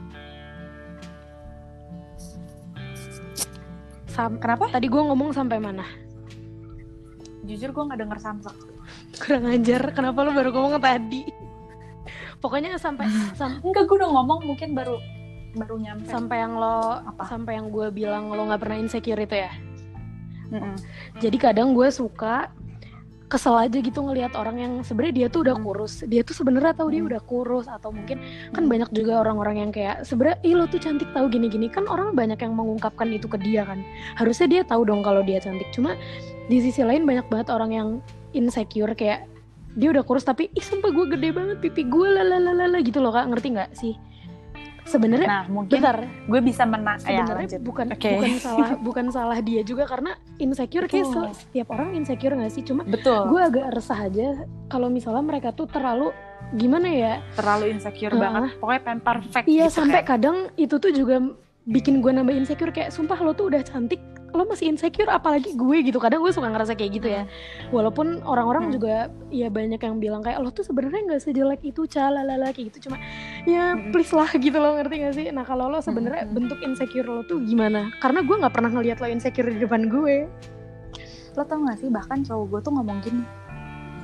Kenapa? Tadi gue ngomong sampai mana? Jujur gue nggak denger samsak. Kurang ajar. Kenapa lo baru ngomong tadi? Pokoknya sampai enggak, gue udah ngomong mungkin baru nyampe. Sampai yang sampai yang gue bilang lo nggak pernah insecure itu ya. Jadi kadang gue suka kesel aja gitu ngelihat orang yang sebenarnya dia tuh udah kurus, dia tuh sebenarnya tahu dia udah kurus, atau mungkin kan banyak juga orang-orang yang kayak sebenarnya lo tuh cantik tahu gini-gini, kan orang banyak yang mengungkapkan itu ke dia kan, harusnya dia tahu dong kalau dia cantik. Cuma di sisi lain banyak banget orang yang insecure kayak dia udah kurus tapi sumpah gue gede banget pipi gue lalalala gitu loh kak, ngerti nggak sih? Sebenarnya nah, mungkin gue bisa sebenarnya bukan salah dia juga, karena insecure kayak setiap orang insecure nggak sih, cuma gue agak resah aja kalau misalnya mereka tuh terlalu gimana ya, terlalu insecure banget, pokoknya pengen perfect iya gitu, sampai kadang itu tuh juga bikin gue nambah insecure, kayak sumpah lo tuh udah cantik lo masih insecure apalagi gue gitu. Kadang gue suka ngerasa kayak gitu ya, walaupun orang-orang juga ya banyak yang bilang kayak lo tuh sebenarnya nggak sejelek itu calalala kayak gitu, cuma ya please lah gitu lo, ngerti gak sih? Nah kalau lo sebenarnya bentuk insecure lo tuh gimana? Karena gue nggak pernah ngeliat lo insecure di depan gue. Lo tau gak sih, bahkan cowok gue tuh ngomong gini,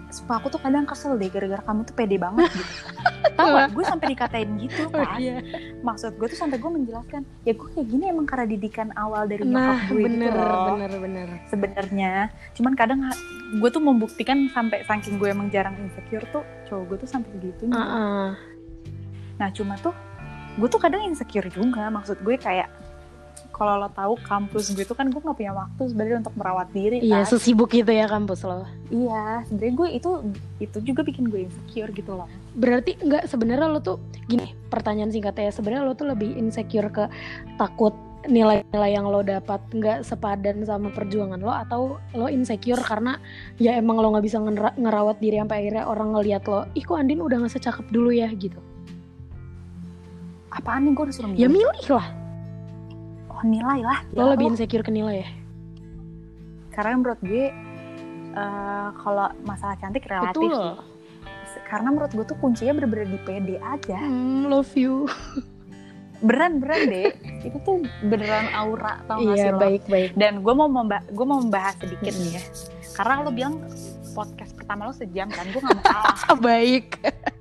sumpah aku tuh kadang kesel deh gara-gara kamu tuh pede banget gitu. Tahu gak, gue sampai dikatain gitu kan. Maksud gue tuh sampai gue menjelaskan, ya gue kayak gini emang karena didikan awal dari nyokap gue gitu loh. Bener. Sebenarnya, cuman kadang gue tuh membuktikan sampai saking gue emang jarang insecure tuh, cowok gue tuh sampai segitunya. Nah cuma tuh, gue tuh kadang insecure juga. Maksud gue kayak, kalau lo tahu kampus gue tuh kan gue nggak punya waktu sebenarnya untuk merawat diri. Iya, kan? Sesibuk itu ya kampus lo. Iya, sebenarnya gue itu juga bikin gue insecure gitu loh. Berarti sebenarnya lo tuh gini, pertanyaan singkatnya, sebenarnya lo tuh lebih insecure ke takut nilai-nilai yang lo dapat nggak sepadan sama perjuangan lo, atau lo insecure karena ya emang lo nggak bisa ngerawat diri sampai akhirnya orang ngelihat lo, ih kok Andin udah nggak secakep dulu ya gitu. Apaan nih, gue udah suruh milih? Ya milih lah. Oh nilai lah. Lo lebih insecure ke nilai ya? Karena menurut gue kalau masalah cantik relatif sih. Karena menurut gue tuh kuncinya bener-bener di pede aja. Love you. Beneran deh. Itu tuh beneran aura, tau gak sih lo? Iya baik. Dan gue mau membahas sedikit nih ya. Karena lo bilang podcast pertama lo sejam kan, gue gak mau kalah. Baik.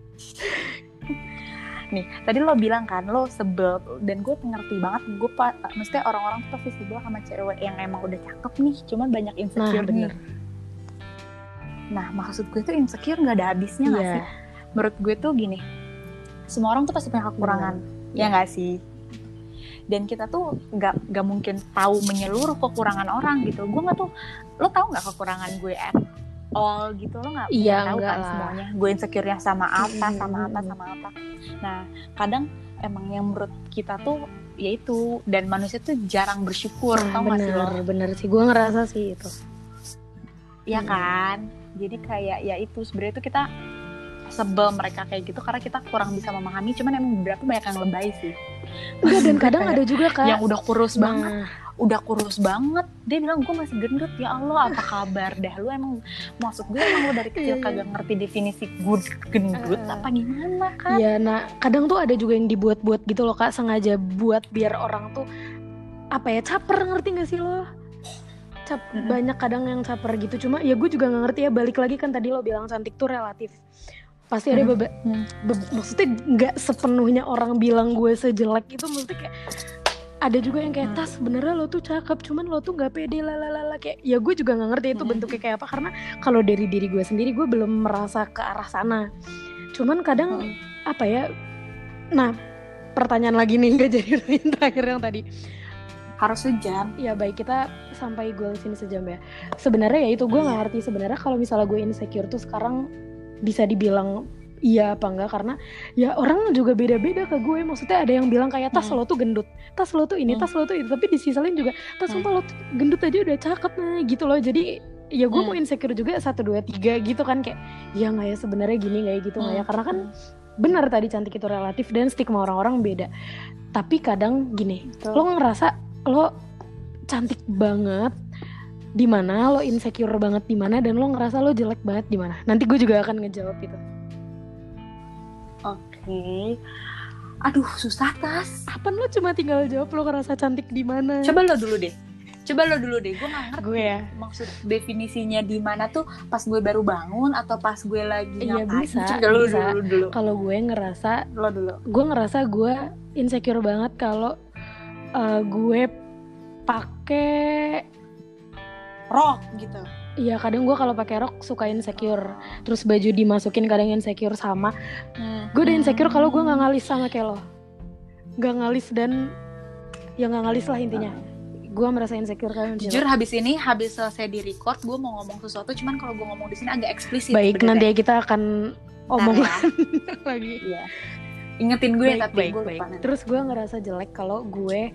Nih, tadi lo bilang kan lo sebel, dan gue ngerti banget. Gue maksudnya orang-orang tuh pasti sebel sama cewek yang emang udah cakep nih, cuman banyak insecure nih. Nah, maksud gue tuh insecure nggak ada habisnya nggak sih? Menurut gue tuh gini, semua orang tuh pasti punya kekurangan, ya nggak sih? Dan kita tuh nggak mungkin tahu menyeluruh kekurangan orang gitu. Gue nggak tuh, lo tahu nggak kekurangan gue at all gitu, lo nggak tahu kan lah semuanya. Gue insecure-nya sama apa. Nah, kadang emang yang menurut kita tuh yaitu, dan manusia tuh jarang bersyukur, tau gak sih lo? Bener sih, gue ngerasa sih itu. Iya kan? Jadi kayak ya itu sebenarnya tuh kita sebel mereka kayak gitu karena kita kurang bisa memahami. Cuman emang beberapa banyak yang lebay sih. Dan kadang ada juga kan yang udah kurus banget. Dia bilang gue masih gendut. Ya Allah, apa kabar dah lu? Emang maksud gue emang lu dari kecil kagak ngerti definisi gendut apa gimana kan? Iya, nah kadang tuh ada juga yang dibuat-buat gitu loh Kak, sengaja buat biar orang tuh apa ya, caper, ngerti gak sih lo? Banyak kadang yang caper gitu. Cuma ya gue juga gak ngerti ya, balik lagi kan tadi lo bilang cantik tuh relatif. Pasti ada maksudnya gak sepenuhnya orang bilang gue sejelek itu. Maksudnya kayak ada juga yang kayak Tas sebenarnya lo tuh cakep, cuman lo tuh gak pede lalala. Kayak ya gue juga gak ngerti itu bentuknya kayak apa, karena kalau dari diri gue sendiri gue belum merasa ke arah sana. Cuman kadang apa ya, nah pertanyaan lagi nih, gak jadi terakhir yang tadi harus sejam. Ya baik, kita sampai goal sini sejam ya. Sebenarnya ya itu gue nggak ngerti sebenarnya kalau misalnya gue insecure tuh sekarang bisa dibilang iya apa enggak, karena ya orang juga beda-beda ke gue. Maksudnya ada yang bilang kayak Tas lo tuh gendut, Tas lo tuh ini, Tas lo tuh itu, tapi di sisi lain juga Tas sumpah lo tuh gendut aja udah cakep nah gitu loh. Jadi ya gue mau insecure juga 1, 2, 3 gitu kan, kayak ya nggak ya sebenarnya gini nggak ya gitu nggak ya, karena kan benar tadi cantik itu relatif dan stigma orang-orang beda. Tapi kadang gini, lo ngerasa lo cantik banget di mana, lo insecure banget di mana, dan lo ngerasa lo jelek banget di mana. Nanti gue juga akan ngejawab itu. Oke. Aduh, susah Tas. Apaan lo cuma tinggal jawab lo ngerasa cantik di mana? Coba lo dulu deh. Gue nggak ngerti. Gue ya. Maksud definisinya di mana tuh, pas gue baru bangun atau pas gue lagi ngapain? Bisa. Dulu. Kalau gue ngerasa, lo dulu. Gue ngerasa gue insecure banget kalau gue pakai rok gitu. Iya, kadang gue kalau pakai rok suka insecure. Terus baju dimasukin kadang insecure sama. Gue udah insecure kalau gue nggak ngalis sama kayak lo. Nggak ngalis dan ya nggak ngalis lah intinya. Gue merasa insecure kan. Jujur habis selesai di record, gue mau ngomong sesuatu, cuman kalau gue ngomong di sini agak eksplisit. Baik, nanti kita akan omong lagi. Iya. Ingetin gue tapi gue lupa. Terus gue ngerasa jelek kalau gue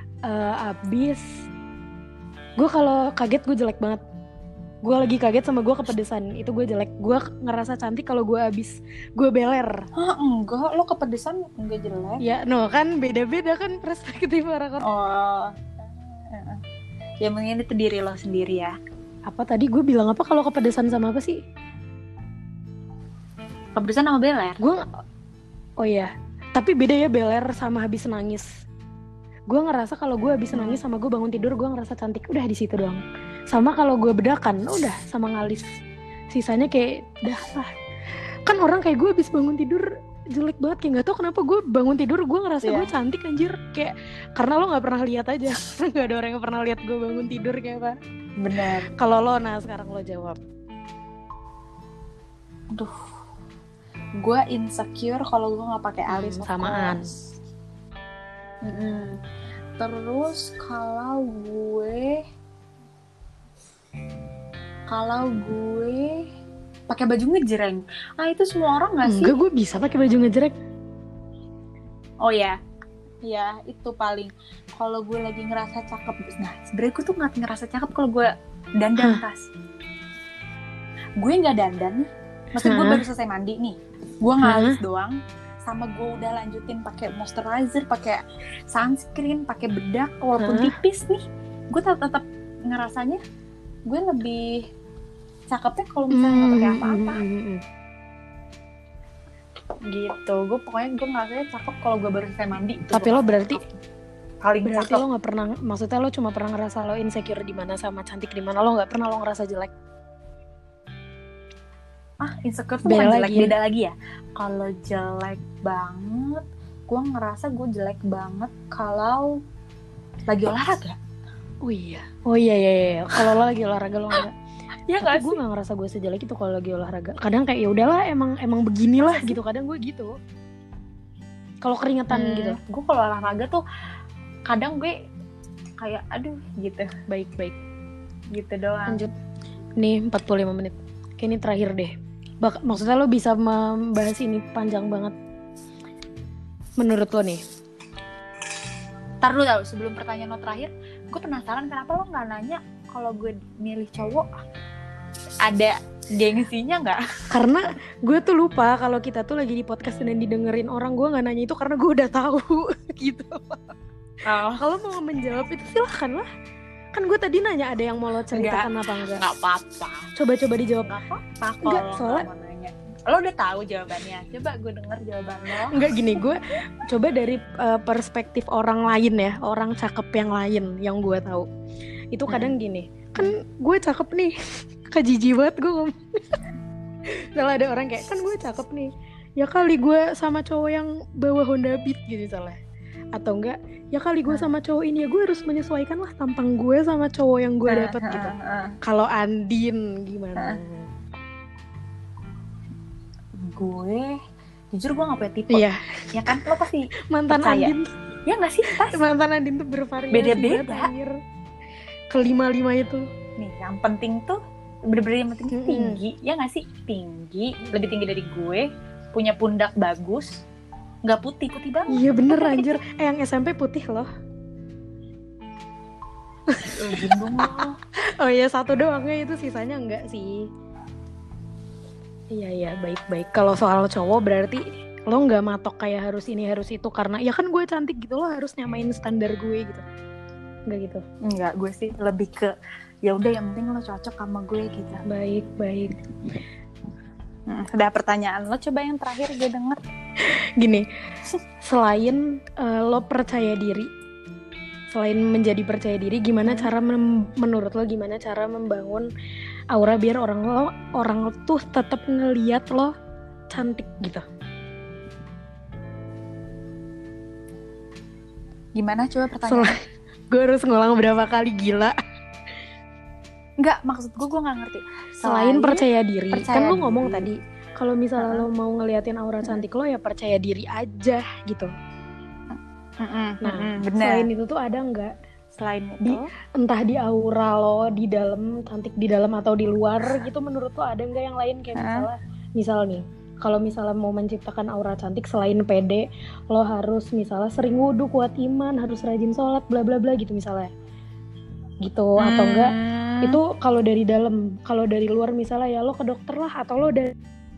gue kalau kaget gue jelek banget. Gue lagi kaget sama gue kepedesan, itu gue jelek. Gue ngerasa cantik kalau gue gue beler. Enggak, lo kepedesan enggak jelek. Ya, no kan beda-beda kan perspektif orang-orang. Oh. Ya mungkin itu diri lo sendiri ya. Apa tadi gue bilang apa kalau kepedesan sama apa sih? Kepedesan sama beler. Oh iya, tapi beda ya beler sama habis nangis. Gue ngerasa kalau gue habis nangis sama gue bangun tidur gue ngerasa cantik, udah di situ doang. Sama kalau gue bedakan, udah sama ngalis. sisanya kayak dah lah. Kan orang kayak gue abis bangun tidur jelek banget, kayak nggak tau kenapa gue bangun tidur gue ngerasa gue cantik anjir, kayak karena lo nggak pernah lihat aja. Nggak ada orang yang pernah lihat gue bangun tidur kayak apa. Benar. Kalau lo, nah sekarang lo jawab. Aduh, gue insecure kalau gue nggak pakai alis. Samaan. Terus kalau gue pakai baju ngejreng, itu semua orang nggak sih? Enggak, gue bisa pakai baju ngejreng. Oh ya, itu paling. Kalau gue lagi ngerasa cakep, nah sebenarnya gue tuh nggak ngerasa cakep kalau gue dandan tas. Gue nggak dandan nih, maksudnya gue baru selesai mandi nih, gue ngalis doang, sama gue udah lanjutin pakai moisturizer, pakai sunscreen, pakai bedak, walaupun tipis nih, gue tetap ngerasanya gue lebih cakepnya kalau misalnya nggak pakai apa-apa. Gitu, gue pokoknya gue ngerasanya cakep kalau gue baru selesai mandi. Tapi lo berarti cakep. Lo nggak pernah, maksudnya lo cuma pernah ngerasa lo insecure di mana sama cantik di mana, lo nggak pernah lo ngerasa jelek. Insecure tuh bukan jelek, beda lagi ya. Kalau jelek banget, gue ngerasa gue jelek banget kalau lagi olahraga. Oh iya. Kalau lo lagi olahraga lo nggak. Ya nggak sih? Gue nggak ngerasa gue sejelek itu kalau lagi olahraga. Kadang kayak ya udahlah, emang beginilah gitu. Kadang gue gitu. Kalau keringetan gitu. Gue kalau olahraga tuh kadang gue kayak aduh gitu. Baik. Gitu doang. Lanjut. Nih 45 menit. Kayak ini terakhir deh. Maksudnya lo bisa membahas ini panjang banget. Menurut lo nih. Ntar dulu tau, sebelum pertanyaan lo terakhir, gue penasaran kenapa lo gak nanya kalau gue milih cowok ada gengsinya gak? Karena gue tuh lupa kalau kita tuh lagi di podcast dan didengerin orang. Gue gak nanya itu karena gue udah tahu gitu. Kalau mau menjawab itu silahkan lah. Kan gue tadi nanya ada yang mau lo ceritakan apa enggak? Gak apa-apa. Coba dijawab. Gak apa-apa. Enggak, soalnya lo udah tahu jawabannya. Coba gue denger jawaban lo. Enggak, gini, gue coba dari perspektif orang lain ya, orang cakep yang lain yang gue tahu. Itu kadang gini, kan gue cakep nih, kejijik banget gue ngomong. Salah ada orang kayak, kan gue cakep nih, ya kali gue sama cowok yang bawa Honda Beat gitu salah. Atau enggak, ya kali gue sama cowok ini, ya gue harus menyesuaikan lah tampang gue sama cowok yang gue dapet gitu. Kalau Andin gimana? Gue jujur gue gak punya tipe. Iya. Ya kan, lo pasti mantan percaya. Andin. Ya gak sih? Mantan Andin tuh bervariasi. Beda-beda. Kelima-lima itu. Nih, yang penting tuh bener-bener yang penting tinggi. Ya gak sih? Tinggi, lebih tinggi dari gue, punya pundak bagus, gak putih-putih banget. Iya bener anjir. Yang SMP putih loh. Gendong loh. Oh iya, satu doang ya, itu sisanya enggak sih. Iya, baik. Kalau soal cowok berarti lo nggak matok kayak harus ini harus itu karena ya kan gue cantik gitu, lo harus nyamain standar gue gitu. Nggak gitu? Nggak, gue sih lebih ke ya udah yang penting lo cocok sama gue gitu. Baik. Udah pertanyaan lo, coba yang terakhir gue denger. Gini, selain lo percaya diri, selain menjadi percaya diri, gimana cara menurut lo gimana cara membangun aura biar orang tuh tetap ngelihat lo cantik gitu? Gimana coba pertanyaan? Gue harus ngulang berapa kali, gila. Enggak, maksud gue nggak ngerti. Selain percaya diri, kan lo ngomong tadi kalau misalnya lo mau ngeliatin aura cantik lo ya percaya diri aja gitu. Bener. Selain itu tuh ada nggak? Selain itu, entah di aura lo di dalam, cantik di dalam atau di luar gitu, menurut lo ada nggak yang lain kayak misal nih, kalau misalnya mau menciptakan aura cantik selain pede, lo harus misalnya sering wudhu, kuat iman, harus rajin sholat, bla bla bla gitu misalnya, gitu atau enggak? Itu kalau dari dalam, kalau dari luar misalnya ya lo ke dokter lah atau lo dari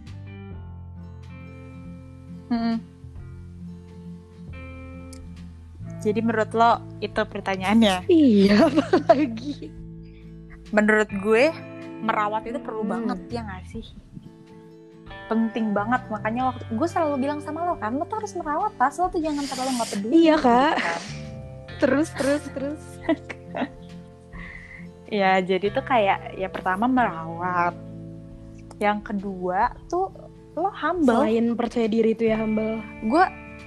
Jadi menurut lo itu pertanyaannya? Iya, apa lagi? Menurut gue merawat itu perlu banget, ya nggak sih? Penting banget, makanya waktu gue selalu bilang sama lo kan, lo tuh harus merawat tas, lo tuh jangan terlalu nggak peduli. Iya kak. Kan? Terus. Ya jadi tuh kayak ya pertama merawat, Yang kedua tuh lo humble. Selain percaya diri itu ya humble. Gue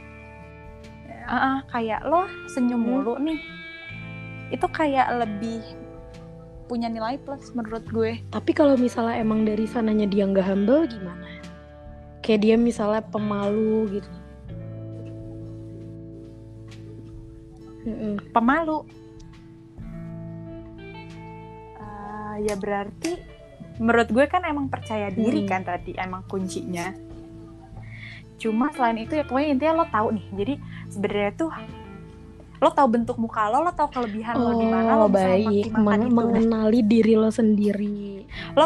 kayak lo senyum mulu nih. Itu kayak lebih punya nilai plus menurut gue. Tapi kalau misalnya emang dari sananya dia nggak humble gimana? Kayak dia misalnya pemalu gitu. Pemalu. Ya berarti menurut gue kan emang percaya diri kan tadi emang kuncinya. Cuma selain itu ya pokoknya intinya lo tahu nih. Jadi sebenarnya tuh lo tahu bentuk muka lo tahu kelebihan lo di mana, lo bisa memaksimalkan itu. Mengenali diri lo sendiri.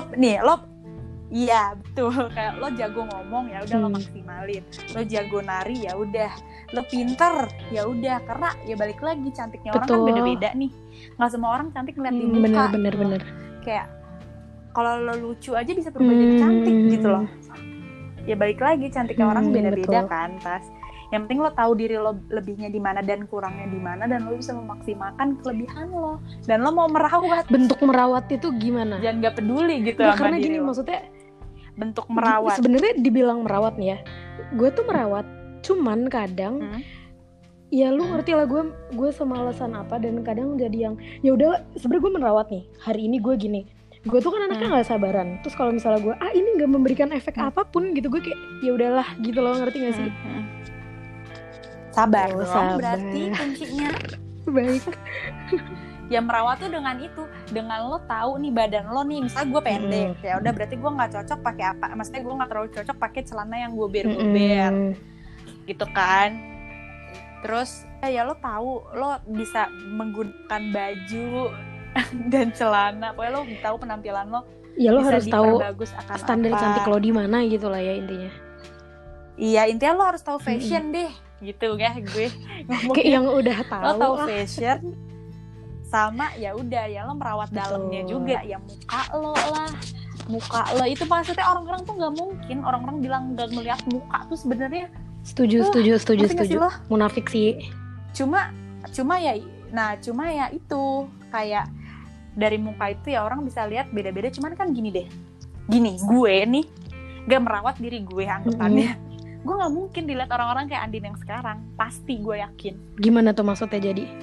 Iya betul, kayak lo jago ngomong ya udah lo maksimalin. Lo jago nari ya udah, lo pinter ya udah, karena ya balik lagi cantiknya orang kan beda-beda nih. Nggak semua orang cantik ngeliat di muka. Bener. Kayak kalau lo lucu aja bisa berubah jadi cantik gitu loh. Ya balik lagi cantiknya orang beda-beda kan, tas. Yang penting lo tahu diri lo lebihnya di mana dan kurangnya di mana, dan lo bisa memaksimalkan kelebihan lo. Dan lo mau merawat. Bentuk merawat itu gimana? Jangan nggak peduli gitu sama karena gini lo. Maksudnya bentuk merawat. Sebenarnya dibilang merawat nih ya. Gue tuh merawat, cuman kadang ya lu ngerti lah gue semalasan apa, dan kadang jadi yang ya udah sebenarnya gue merawat nih. Hari ini gue gini. Gue tuh kan anaknya nggak sabaran. Terus kalau misalnya gue ini nggak memberikan efek apapun gitu, gue kayak ya udahlah gitu loh, ngerti nggak sih? Sabar berarti kuncinya. Baik. Ya merawat tuh dengan itu, dengan lo tahu nih badan lo nih, misalnya gue pendek, ya udah berarti gue nggak cocok pakai apa, maksudnya gue nggak terlalu cocok pakai celana yang gober-gober, gitu kan. Terus ya lo tahu lo bisa menggunakan baju dan celana, pokoknya lo tahu penampilan lo. Ya lo harus tahu standar cantik lo di mana gitu lah ya intinya. Iya intinya lo harus tahu fashion deh, gitu ya gue ngomongnya. Kayak yang udah tahu. Lo tahu fashion. Sama ya udah ya lo merawat dalamnya juga, ya muka lo itu maksudnya orang-orang tuh nggak mungkin orang-orang bilang nggak ngeliat muka tuh sebenarnya. Setuju. Munafik sih. Cuma ya itu kayak dari muka itu ya orang bisa lihat beda-beda. Cuman kan gini gue nih gak merawat diri gue anggapannya. Gue nggak mungkin dilihat orang-orang kayak Andin yang sekarang, pasti gue yakin. Gimana tuh maksudnya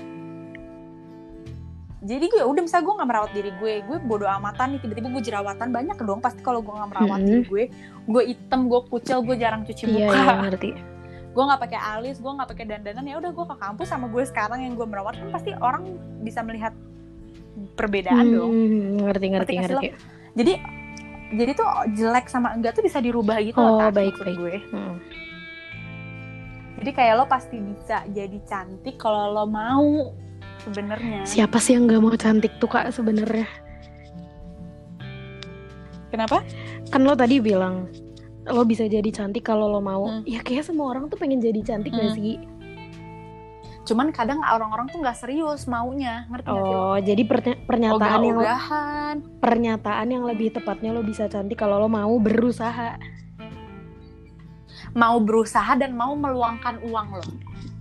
jadi gue udah misalnya gue nggak merawat diri gue bodo amatan nih, tiba-tiba gue jerawatan banyak dong pasti kalau gue nggak merawat diri gue hitam, gue kucel, gue jarang cuci muka. Iya, ngerti. Gue nggak pakai alis, gue nggak pakai dandanan, ya udah gue ke kampus sama gue sekarang yang gue merawat kan pasti orang bisa melihat perbedaan dong. Ngerti. Jadi tuh jelek sama enggak tuh bisa dirubah gitu loh. Baik. Gue. Jadi kayak lo pasti bisa jadi cantik kalau lo mau. Sebenarnya siapa sih yang nggak mau cantik tuh Kak sebenarnya? Kenapa? Kan lo tadi bilang lo bisa jadi cantik kalau lo mau. Ya kayak semua orang tuh pengen jadi cantik gak sih? Cuman kadang orang-orang tuh nggak serius maunya, ngerti nggak sih? Jadi pernyataan yang lebih tepatnya lo bisa cantik kalau lo mau berusaha. Mau berusaha dan mau meluangkan uang lo.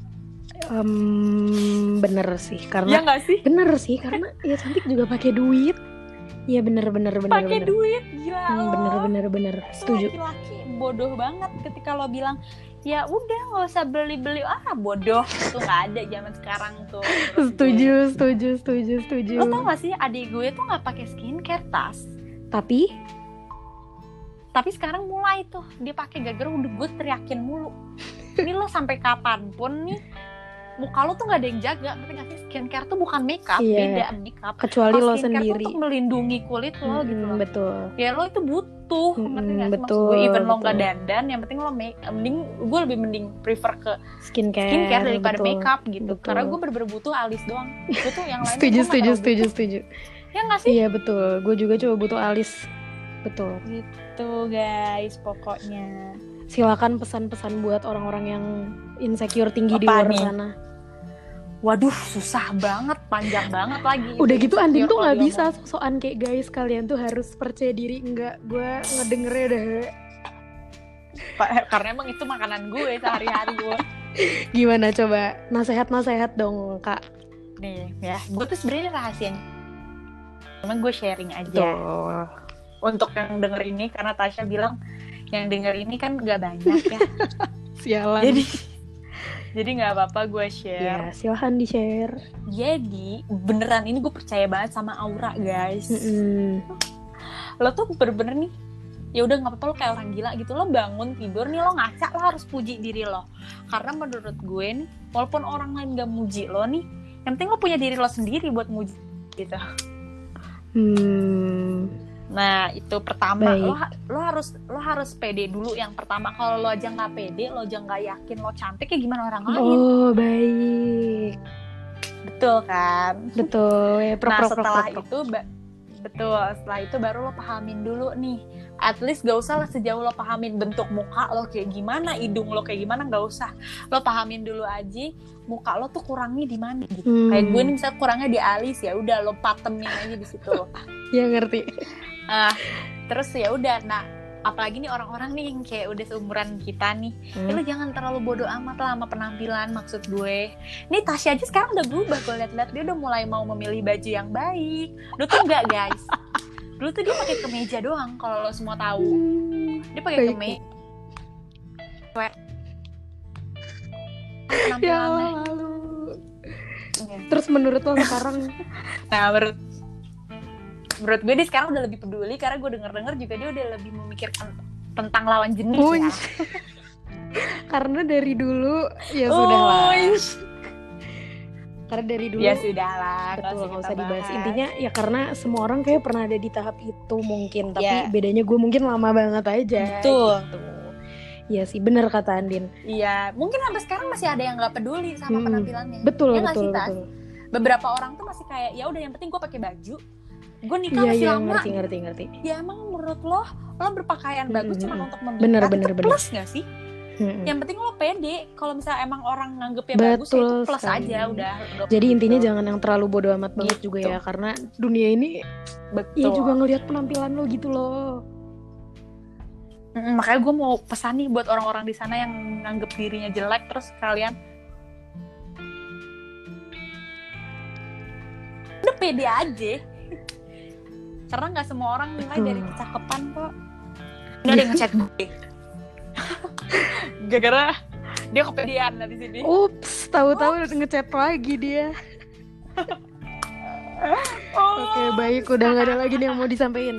Bener sih karena ya nggak sih? Bener sih karena ya cantik juga pakai duit. Ya bener pakai duit gila bener setuju. Laki-laki bodoh banget ketika lo bilang ya udah nggak usah beli bodoh itu nggak ada zaman sekarang tuh. Setuju. Lo tau gak sih adik gue tuh nggak pakai skincare tas, tapi sekarang mulai tuh dia pakai gara-gara udah gue teriakin mulu. Ini lo sampai kapanpun nih muka lo tuh gak ada yang jaga, ngerti gak sih? Skincare tuh bukan makeup, beda makeup. Kecuali lo sendiri. Skincare tuh untuk melindungi kulit lo gitu loh. Betul. Ya lo itu butuh, ngerti gak sih? Maksud gue even lo gak dandan, yang penting lo gue lebih mending prefer ke skincare daripada makeup gitu. Betul. Karena gue bener-bener butuh alis doang. Gue tuh yang lain Setuju. Ya gak sih? Iya betul, gue juga coba butuh alis. Betul. Gitu guys, pokoknya. Silakan pesan-pesan buat orang-orang yang insecure tinggi di luar sana. Waduh, susah banget, panjang banget lagi. Udah gitu Andin tuh nggak bisa sosokan kayak guys, kalian tuh harus percaya diri. Enggak, gue ngedengernya udah. Karena emang itu makanan gue sehari-hari gue. Gimana coba nasehat dong Kak? Nih ya, gue tuh sebenarnya rahasia. Emang gue sharing aja. Tuh. untuk yang denger ini, karena Tasya bilang yang denger ini kan gak banyak ya. Sialan. Jadi nggak apa-apa gue share. Ya, silahkan di-share. Jadi beneran ini gue percaya banget sama aura guys. Lo tuh bener-bener nih, ya udah nggak apa-apa lo kayak orang gila gitu, lo bangun tidur nih lo ngaca, lo harus puji diri lo. Karena menurut gue nih, walaupun orang lain gak muji lo nih, yang penting lo punya diri lo sendiri buat muji gitu. Nah itu pertama, lo harus pede dulu yang pertama. Kalau lo aja nggak pede, lo aja nggak yakin lo cantik, ya gimana orang lain? Oh baik, betul kan? Betul. Nah setelah itu baru lo pahamin dulu nih. At least gak usah lah sejauh lo pahamin bentuk muka lo kayak gimana, hidung lo kayak gimana, gak usah. Lo pahamin dulu aja muka lo tuh kurangnya di mana gitu. Kayak gue nih misalnya kurangnya di alis, ya udah lo patemin aja di situ. Ya ngerti. Terus ya udah, nah apalagi nih orang-orang nih yang kayak udah seumuran kita nih, lo jangan terlalu bodoh amat lah sama penampilan. Maksud gue, nih Tasya aja sekarang udah berubah, gue liat-liat dia udah mulai mau memilih baju yang baik. Dulu tuh enggak guys, dulu tuh dia pakai kemeja doang. Kalau lo semua tahu, dia pakai kemeja. Ya lalu. Terus menurut lo sekarang? Nah menurut gue dia sekarang udah lebih peduli, karena gue denger juga dia udah lebih memikirkan tentang lawan jenis ya. Karena dari dulu ya sudahlah. Karena dari dulu ya sudahlah, nggak usah dibahas. Intinya ya karena semua orang kayak pernah ada di tahap itu mungkin, tapi bedanya gue mungkin lama banget aja. Betul. Gitu. Iya sih, bener kata Andin. Iya, mungkin sampai sekarang masih ada yang nggak peduli sama penampilannya. Betul, ya betul. Beberapa orang tuh masih kayak ya udah yang penting gue pakai baju. Gue nikah masih lama. Ngerti. Ya emang menurut lo berpakaian bagus cuma untuk menikah, bener. plus gak sih? Yang penting lo pede. Kalau misalnya emang orang nganggepnya bagus, ya itu plus sekali. Aja udah. Jadi intinya jangan yang terlalu bodo amat banget juga ya, karena dunia ini ya juga ngelihat penampilan lo gitu loh. Makanya gue mau pesan nih buat orang-orang di sana yang nganggep dirinya jelek, terus kalian udah pede aja. Karena nggak semua orang nilai dari kecakapan kok. Nggak ada yang ngechat gue. Gara-gara dia kepedean lah di sini. Ups, tahu-tahu ngechat lagi dia. Oke, baik, udah nggak ada lagi nih yang mau disampaikan.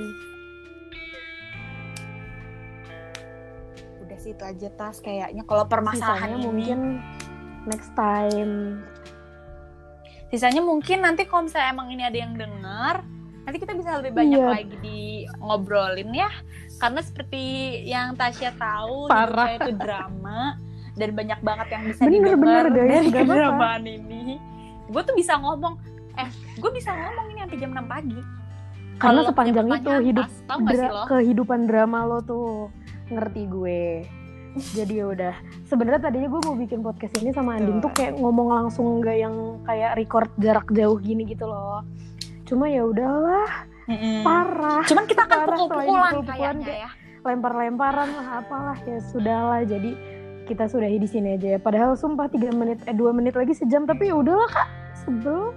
Udah sih itu aja Tas kayaknya. Kalau permasalahannya mungkin next time. Sisanya mungkin nanti kalau misalnya emang ini ada yang dengar, nanti kita bisa lebih banyak lagi di ngobrolin ya. Karena seperti yang Tasya tahu, Hidup itu drama dan banyak banget yang bisa didengar dari kedramaan ini. Gue tuh bisa ngomong, gue bisa ngomong ini sampai jam 6 pagi. Karena sepanjang itu kehidupan drama lo tuh, ngerti gue. Jadi ya udah. Sebenarnya tadinya gue mau bikin podcast ini sama Andin tuh kayak ngomong langsung, nggak yang kayak record jarak jauh gini gitu loh. Cuma ya udahlah, parah. Cuman kita akan pukul-pukulan kayaknya ya. Lempar-lemparan lah, apalah, ya sudahlah. Jadi kita sudahi di sini aja ya. Padahal sumpah 2 menit lagi sejam, tapi ya udahlah Kak, sebel.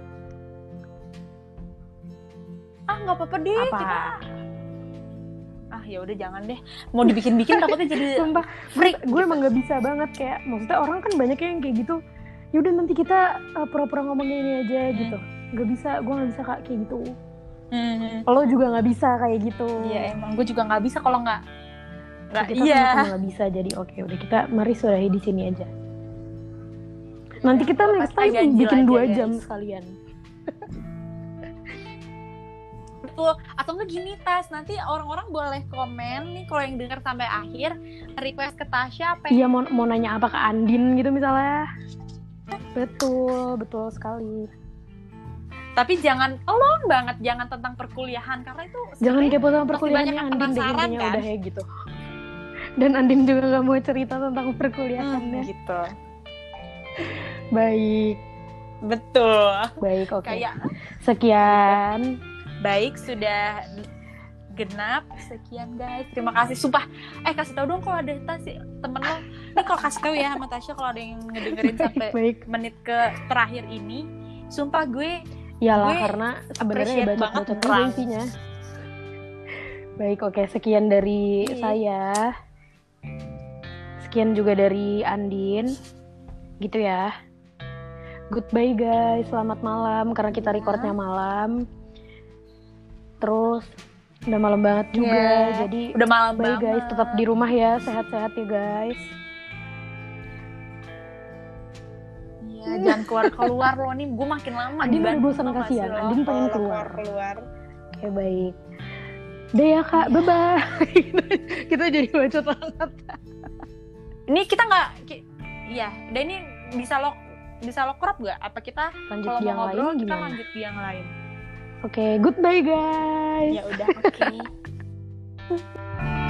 Nggak apa-apa deh. Ya udah jangan deh. Mau dibikin-bikin takutnya jadi sumpah freak. Gue emang nggak bisa banget, kayak maksudnya orang kan banyak yang kayak gitu. Ya udah nanti kita pura-pura ngomongnya ini aja gitu. Nggak bisa, gue nggak bisa Kak kayak gitu. Lo juga nggak bisa kayak gitu. Iya emang gue juga nggak bisa kalau nggak kita sama nggak bisa. Jadi oke, udah kita mari sudahi di sini aja. Nanti kita next time bikin 2 jam sekalian. Betul. Atau enggak gini Tas, nanti orang-orang boleh komen nih kalau yang denger sampai akhir, request ke Tasya apa? Iya, mau nanya apa ke Andin gitu misalnya. Betul sekali. Tapi tolong banget jangan tentang perkuliahan, karena itu jangan kepo tentang perkuliahannya Andin deh, intinya kan? Udah kayak gitu. Dan Andin juga gak mau cerita tentang perkuliahannya. Gitu. Baik. Betul. Baik, oke. Kayak sekian. Baik, sudah genap. Sekian guys. Terima kasih. Sumpah. Kasih tau dong kalau ada temen lo. Ini kalau kasih tau ya sama Tasya kalau ada yang ngedengerin sampai menit ke terakhir ini. Sumpah gue iyalah, karena sebenarnya bacot-bacot juga isinya. Baik, oke. Sekian dari saya. Sekian juga dari Andin. Gitu ya. Goodbye guys, selamat malam karena kita recordnya malam. Terus udah malam banget juga, jadi udah malam bye banget guys, tetap di rumah ya, sehat-sehat ya guys. Iya, jangan keluar loh nih, gue makin lama. Andin udah bosan kasihan, Andin pengen keluar. Oke baik. Deh ya kak, bye-bye. Kita jadi bacot banget. Ini kita nggak, iya, udah ini bisa lo crop nggak? Apa kita lanjut kalau di yang mau ngobrol lain kita gimana? lanjut di yang lain? Oke, goodbye guys. Ya udah, oke.